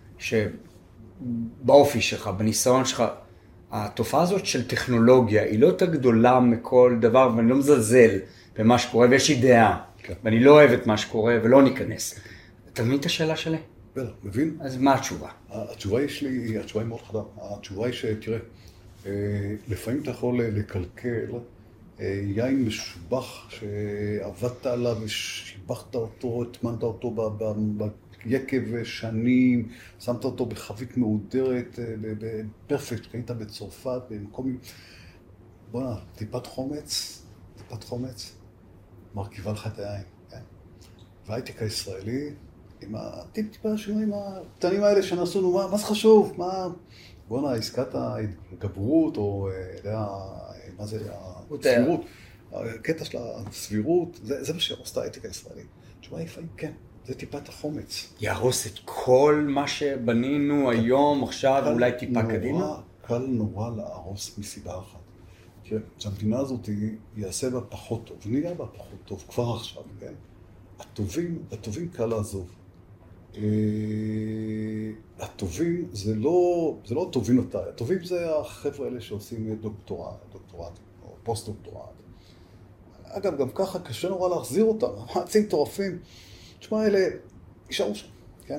שבאופי שלך, בניסיון שלך, התופעה הזאת של טכנולוגיה היא לא יותר גדולה מכל דבר, ואני לא מזלזל במה שקורה, ויש לי דעה, ואני לא אוהב את מה שקורה ולא ניכנס. אתה מבין את השאלה שלי? בטח, מבין. אז מה התשובה? התשובה היא מאוד חדה. התשובה היא שתראה, לפעמים אתה יכול לקלקל יין משובח שעבדת עליו ושיבחת אותו, התמנת אותו ביקב שנים, שמת אותו בחבית מעודרת, בפרפקט, היית בצרפת, במקום... בוא'נה, טיפת חומץ, מרכיבה לך את היין, כן? וההייטק הישראלי, עם הטיפ-טיפה השינויים הקטנים האלה שנעשו לנו, מה זה חשוב? בוא'נה, עסקת ההתגברות, או מה זה, הסבירות, הקטע של הסבירות, זה מה שעושה ההייטק הישראלי. תשובה לפעמים, כן, זה טיפת החומץ. יהרוס את כל מה שבנינו היום, עכשיו, אולי טיפה קדימה? קל נורא להרוס מסיבה אחת. תראה, שהמדינה הזאת יעשה בה פחות טוב, נהיה בה פחות טוב, כבר עכשיו, כן? הטובים קל לעזוב. הטובים זה לא טובים אותי, הטובים זה החבר'ה האלה שעושים דוקטורט או פוסט-דוקטורט. אגב, גם ככה קשה נורא להחזיר אותם, מעצים מטורפים. תשמע, אלה יישארו שם, כן?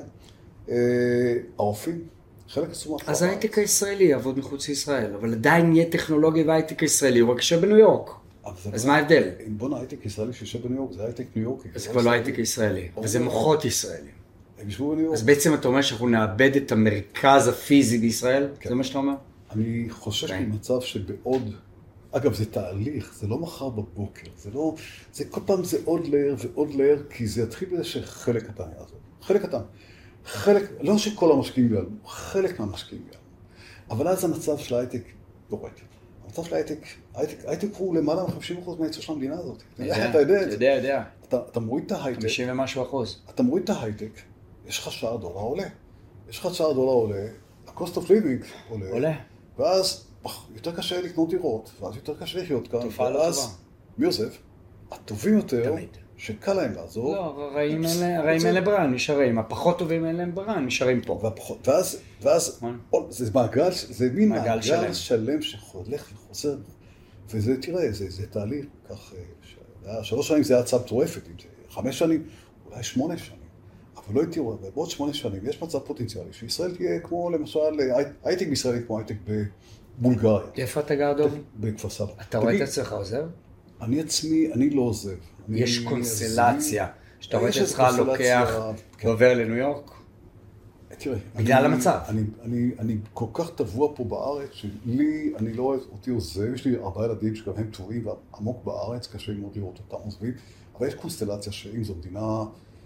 הרופאים, חלק עצום מהפרעה. אז ההייטק הישראלי יעבוד מחוץ לישראל, אבל עדיין יהיה טכנולוגיה וההייטק הישראלי, הוא רק יושב בניו יורק. אז מה ההבדל? אם בוא ההייטק ישראלי שיושב בניו יורק, זה הייטק ניו יורקי. אז כבר לא הייטק ישראלי, וזה מוחות ישראלים. הם ישבו בניו יורק. אז בעצם אתה אומר שאנחנו נאבד את המרכז הפיזי בישראל? זה מה שאתה אומר? אני חושש ממצב שבעוד... אגב, זה תהליך, זה לא מחר בבוקר, זה כל פעם זה עוד לייר ועוד לייר, כי זה יתחיל בזה שחלק קטן יעזור. חלק קטן. לא שכל המשקיעים יעלו, חלק מהמשקיעים יעלו. אבל אז המצב של ההייטק יורד. המצב של ההייטק הוא למעלה מ-50% מהייצור של המדינה הזאת. אתה יודע. אתה מוריד את ההייטק. 50 ומשהו אחוז. אתה מוריד את ההייטק, יש לך $1 עולה. יש לך $1 עולה, ה-cost of living עולה. ואז יותר קשה לקנות דירות, ואז יותר קשה לחיות כאן. תופעה לא טובה. מי עוזב? הטובים יותר, שקל להם לעזור. לא, הרעים אין להם ברירה, נשארים. הפחות טובים אין להם ברירה, נשארים פה. ואז זה מעגל, זה מין מעגל שלם שהולך וחוזר. וזה, תראה, זה תהליך, כך, 3 שנים זה היה הצעה מטורפת, אם זה 5 שנים, אולי 8 שנים. אבל לא תראו, בעוד 8 שנים יש מצב פוטנציאלי, שישראל תהיה כמו, למשל, הייטק בישראל כמו הייטק בבולגריה. איפה אתה גר, דוב? בכפר סבא. אתה רואה את עצמך עוזב? אני עצמי, אני לא עוזב. יש קונסטלציה, שאתה רואה את עצמך לוקח ועובר לניו יורק? תראה, בגלל המצב. אני כל כך טבוע פה בארץ, שלי, אני לא רואה אותי עוזב, יש לי 4 ילדים שגם הם טבועים ועמוק בארץ, קשה מאוד לראות אותם עוזבים, אבל יש קונסטלציה שאם זו מדינה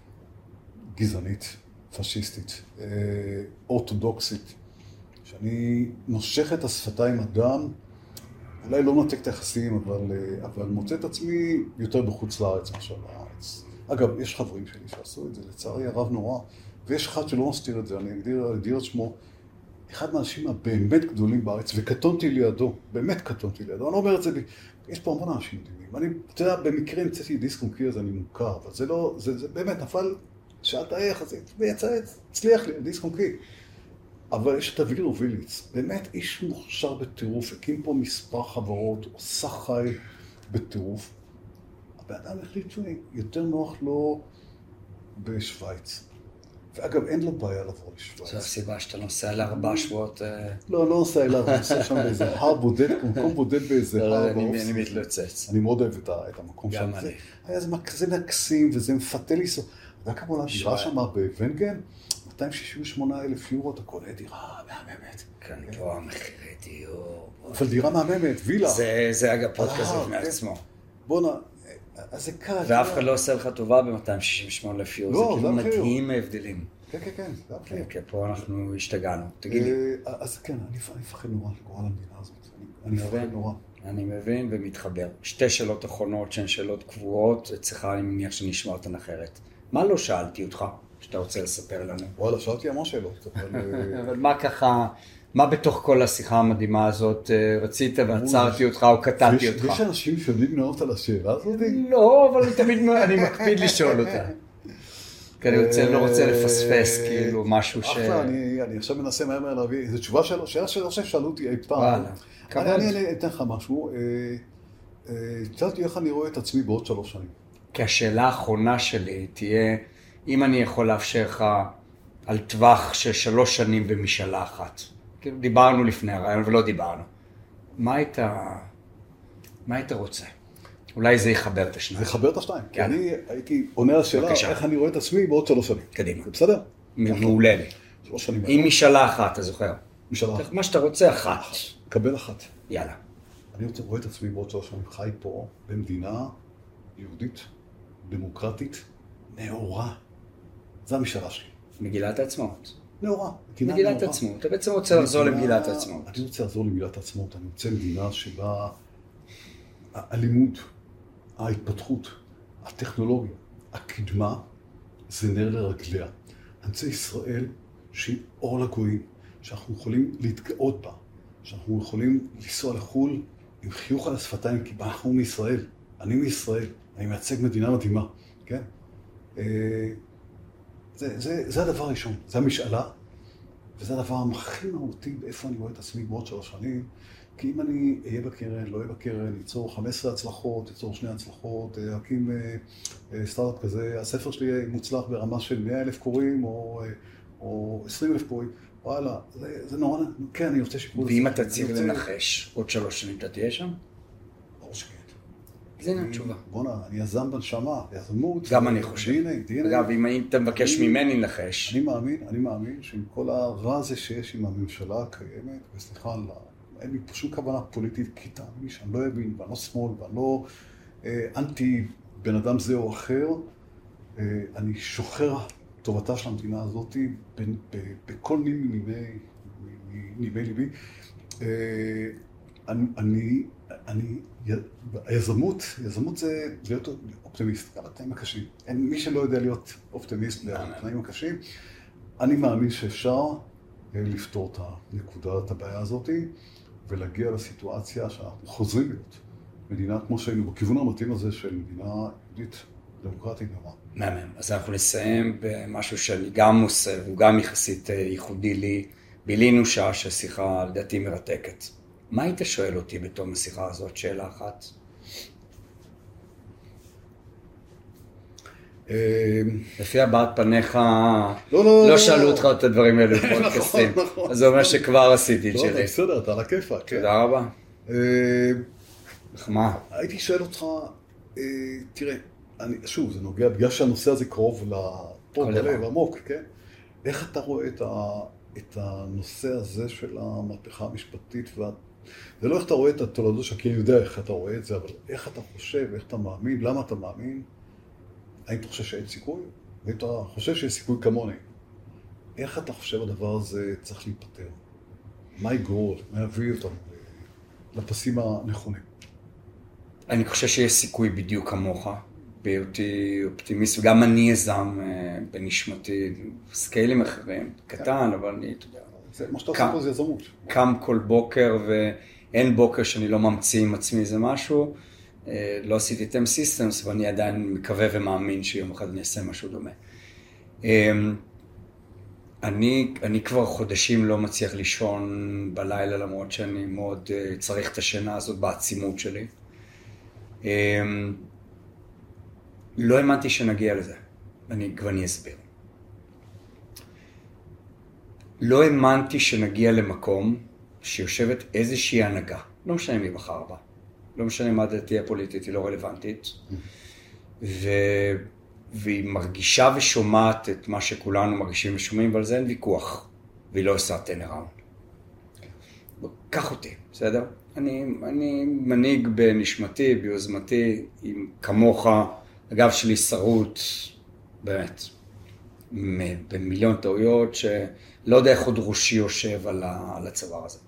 גזענית, פשיסטית, אורתודוקסית, שאני נושך את השפתיים אדם, אולי לא נתק את היחסים, אבל מוצא את עצמי יותר בחוץ לארץ מאשר לארץ. אגב, יש חברים שלי שעשו את זה, לצערי הרב נורא, ויש אחד שלא מסתיר את זה, אני אגדיר את שמו, אחד מהאנשים הבאמת גדולים בארץ, וקטונתי לידו, באמת קטונתי לידו, אני לא אומר את זה, יש פה המון אנשים מדהימים. אתה יודע, במקרה המצאתי דיסק און-קי, אז אני מוכר, אבל זה לא, זה באמת נפל, שאלת איך, אז הצליח לי, דיסק און-קי. אבל יש את אביגדור וויליץ, באמת איש מוכשר בטירוף, הקים פה מספר חברות, עושה חי בטירוף. הבן אדם החליט שיותר נוח לו בשוויץ. ואגב, אין לו בעיה לבוא לשוויץ. זו הסיבה שאתה נוסע ל4 שבועות... לא נוסע אליו, אני נוסע שם באיזה הר בודד, מקום בודד באיזה הר. אני מתלוצץ. אני מאוד אוהב את המקום שם. היה זה מקסים וזה מפתה לי. אתה יודע כמה עולה דירה שם בוונגן? 268,000 יורו, אתה קונה דירה מהממת. כן, פה המחירי דיור. אבל דירה מהממת, וילה. זה אגב פודקאסט בפני עצמו. בוא'נה, אז זה קל. ואף אחד לא עושה לך טובה ב-268,000 יורו, זה כאילו מדהים ההבדלים. כן, זה המחיר. כן, פה אנחנו השתגענו. תגיד לי. אז כן, אני מפחד נורא לגורל המדינה הזאת. אני מפחד נורא. אני מבין ומתחבר. 2 שאלות אחרונות שהן שאלות קבועות, אצלך אני מניח שנשמע אותן אחרת. מה לא שאלתי אותך שאתה רוצה לספר לנו? וואלה, שאלתי המון שאלות. אבל מה ככה, מה בתוך כל השיחה המדהימה הזאת רצית ועצרתי אותך או קטעתי אותך? יש אנשים שיודעים לענות על השאלה הזאת? לא, אבל אני מקפיד לשאול אותה. כי אני לא רוצה לפספס כאילו משהו ש... אחלה, אני עכשיו מנסה מהר להביא, זו תשובה שלו, שאלה שאלו אותי אי פעם. אני אתן לך משהו. שאלתי איך אני רואה את עצמי בעוד 3 שנים. כי השאלה האחרונה שלי תהיה, אם אני יכול לאפשר לך על טווח של 3 שנים במשאלה אחת. כאילו דיברנו לפני הרעיון ולא דיברנו. מה היית רוצה? אולי זה יחבר את השניים. זה יחבר את השניים. כי אני הייתי עונה על השאלה איך אני רואה את עצמי בעוד 3 שנים. קדימה. זה בסדר? מעולה לי. 3 שנים. עם משאלה אחת, אתה זוכר? משאלה אחת. מה שאתה רוצה, אחת. קבל אחת. יאללה. אני רואה את עצמי בעוד 3 שנים חי פה במדינה יהודית, דמוקרטית, נאורה. זו המשאלה שלי. מגילת העצמאות. נאורה. מגילת העצמאות. אתה בעצם רוצה לחזור למגילת העצמאות. אני רוצה לחזור למגילת העצמאות. אני רוצה מדינה שבה הלימוד, ההתפתחות, הטכנולוגיה, הקדמה, זה נר לרגליה. אני רוצה ישראל שהיא אור לגויים, שאנחנו יכולים להתגאות בה, שאנחנו יכולים לנסוע לחול עם חיוך על השפתיים, כי אנחנו מישראל, אני מישראל, אני מייצג מדינה מדהימה, כן? זה הדבר הראשון, זה המשאלה, וזה הדבר הכי מהותי באיפה אני רואה את עצמי בעוד 3 שנים, כי אם אני אהיה בקרן, לא אהיה בקרן, ייצור 15 הצלחות, ייצור 2 הצלחות, אקים סטארט-אפ כזה, הספר שלי יהיה מוצלח ברמה של 100,000 קוראים או 20,000 קוראים, וואלה, זה נורא, כן, אני רוצה שיקול. ואם אתה צריך לנחש, עוד 3 שנים אתה תהיה שם? ברור שכן. זה הנה התשובה. בוא'נה, אני יזם בנשמה, יזמות. גם אני חושב. אגב, אם אתה מבקש ממני לנחש. אני מאמין שעם כל הרע הזה שיש עם הממשלה הקיימת, וסליחה, אין לי פשוט כוונה פוליטית, כי תאמין שאני לא אבין, ואני לא שמאל, ואני לא אנטי בן אדם זה או אחר, אני שוחר טובתה של המדינה הזאת בכל נימי ליבי. היזמות זה להיות אופטימיסט, גם התנאים הקשים. מי שלא יודע להיות אופטימיסט בתנאים הקשים, אני מאמין שאפשר לפתור את הנקודה, את הבעיה הזאת, ולהגיע לסיטואציה שאנחנו חוזרים להיות מדינה כמו שהיינו, בכיוון המתאים הזה של מדינה יהודית דמוקרטית נורא. מהמם. אז אנחנו נסיים במשהו שאני גם עושה, והוא גם יחסית ייחודי לי. בילינו שעה של שיחה לדעתי מרתקת. מה היית שואל אותי בתום השיחה הזאת? שאלה אחת. לפי הבעת פניך, לא שאלו אותך את הדברים האלו בפודקאסטים. אז זה אומר שכבר עשיתי את שלי. בסדר, אתה על הכיפה. תודה רבה. מה? הייתי שואל אותך, תראה, שוב, זה נוגע, בגלל שהנושא הזה קרוב ללב עמוק, כן? איך אתה רואה את הנושא הזה של המהפכה המשפטית, זה לא איך אתה רואה את התולדות כי אני יודע איך אתה רואה את זה, אבל איך אתה חושב, איך אתה מאמין, למה אתה מאמין, האם אתה חושב שאין סיכוי, ואם אתה חושב שיש סיכוי כמוני, איך אתה חושב הדבר הזה צריך להיפטר? מה יגרור, מה יביא אותנו לפסים הנכונים? אני חושב שיש סיכוי בדיוק כמוך, בהיותי אופטימיסט, וגם אני יזם בנשמתי, סקיילים אחרים, קטן, אבל אני, אתה יודע, מה שאתה עושה פה זה יזמות. קם כל בוקר, ואין בוקר שאני לא ממציא עם עצמי איזה משהו, לא עשיתי טם סיסטמס, ואני עדיין מקווה ומאמין שיום אחד אני אעשה משהו דומה. אני כבר חודשים לא מצליח לישון בלילה, למרות שאני מאוד צריך את השינה הזאת בעצימות שלי. לא האמנתי שנגיע לזה, ואני אסביר. לא האמנתי שנגיע למקום שיושבת איזושהי הנהגה, לא משנה מי בחר בה, לא משנה מה דעתי הפוליטית, היא לא רלוונטית, והיא מרגישה ושומעת את מה שכולנו מרגישים ושומעים, ועל זה אין ויכוח, והיא לא עושה טרנראונד. קח אותי, בסדר? אני מנהיג בנשמתי, ביוזמתי, עם כמוך, אגב שלי שרות, באמת, במיליון טעויות, שלא יודע איך עוד ראשי יושב על הצוואר הזה.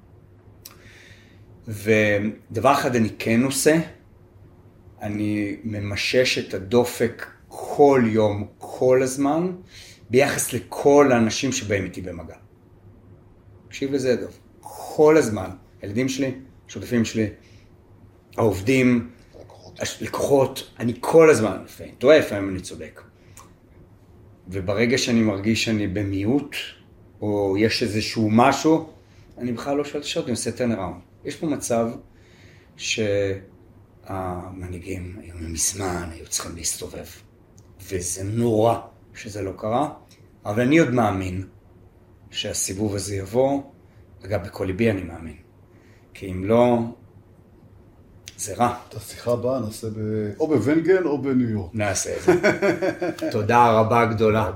ודבר אחד אני כן עושה, אני ממשש את הדופק כל יום, כל הזמן, ביחס לכל האנשים שבאים איתי במגע. תקשיב לזה, דוב. כל הזמן. הילדים שלי, שותפים שלי, העובדים, לקוחות, אני כל הזמן, טועה, לפעמים אני צודק. וברגע שאני מרגיש שאני במיעוט, או יש איזשהו משהו, אני בכלל לא שואל שאלות, אני עושה טרנראונד. יש פה מצב שהמנהיגים היו מזמן, היו צריכים להסתובב. וזה נורא שזה לא קרה, אבל אני עוד מאמין שהסיבוב הזה יבוא, אגב, בכל ליבי אני מאמין. כי אם לא, זה רע. את השיחה הבאה נעשה או בוונגן או בניו יורק. נעשה את זה. תודה רבה גדולה.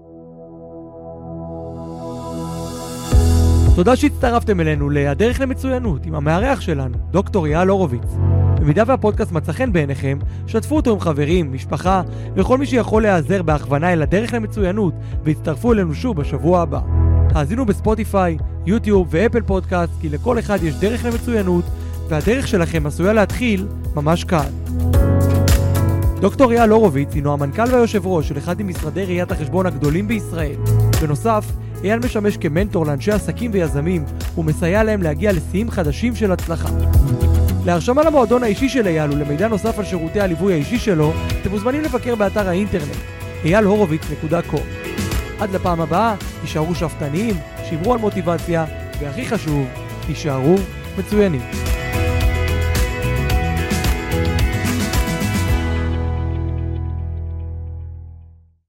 תודה שהצטרפתם אלינו להדרך למצוינות עם המארח שלנו, דוקטור יעל הורוביץ. במידה והפודקאסט מצא חן בעיניכם, שתפו אותו עם חברים, משפחה וכל מי שיכול להיעזר בהכוונה אל הדרך למצוינות, והצטרפו אלינו שוב בשבוע הבא. האזינו בספוטיפיי, יוטיוב ואפל פודקאסט, כי לכל אחד יש דרך למצוינות, והדרך שלכם עשויה להתחיל ממש כאן. דוקטור יעל הורוביץ הינו המנכ"ל והיושב ראש של אחד ממשרדי ראיית החשבון הגדולים בישראל. בנוסף, אייל משמש כמנטור לאנשי עסקים ויזמים, ומסייע להם להגיע לשיאים חדשים של הצלחה. להרשמה למועדון האישי של אייל ולמידע נוסף על שירותי הליווי האישי שלו, אתם מוזמנים לבקר באתר האינטרנט, eilhorowitz.com. עד לפעם הבאה, תישארו שפטניים, שמרו על מוטיבציה, והכי חשוב, תישארו מצוינים.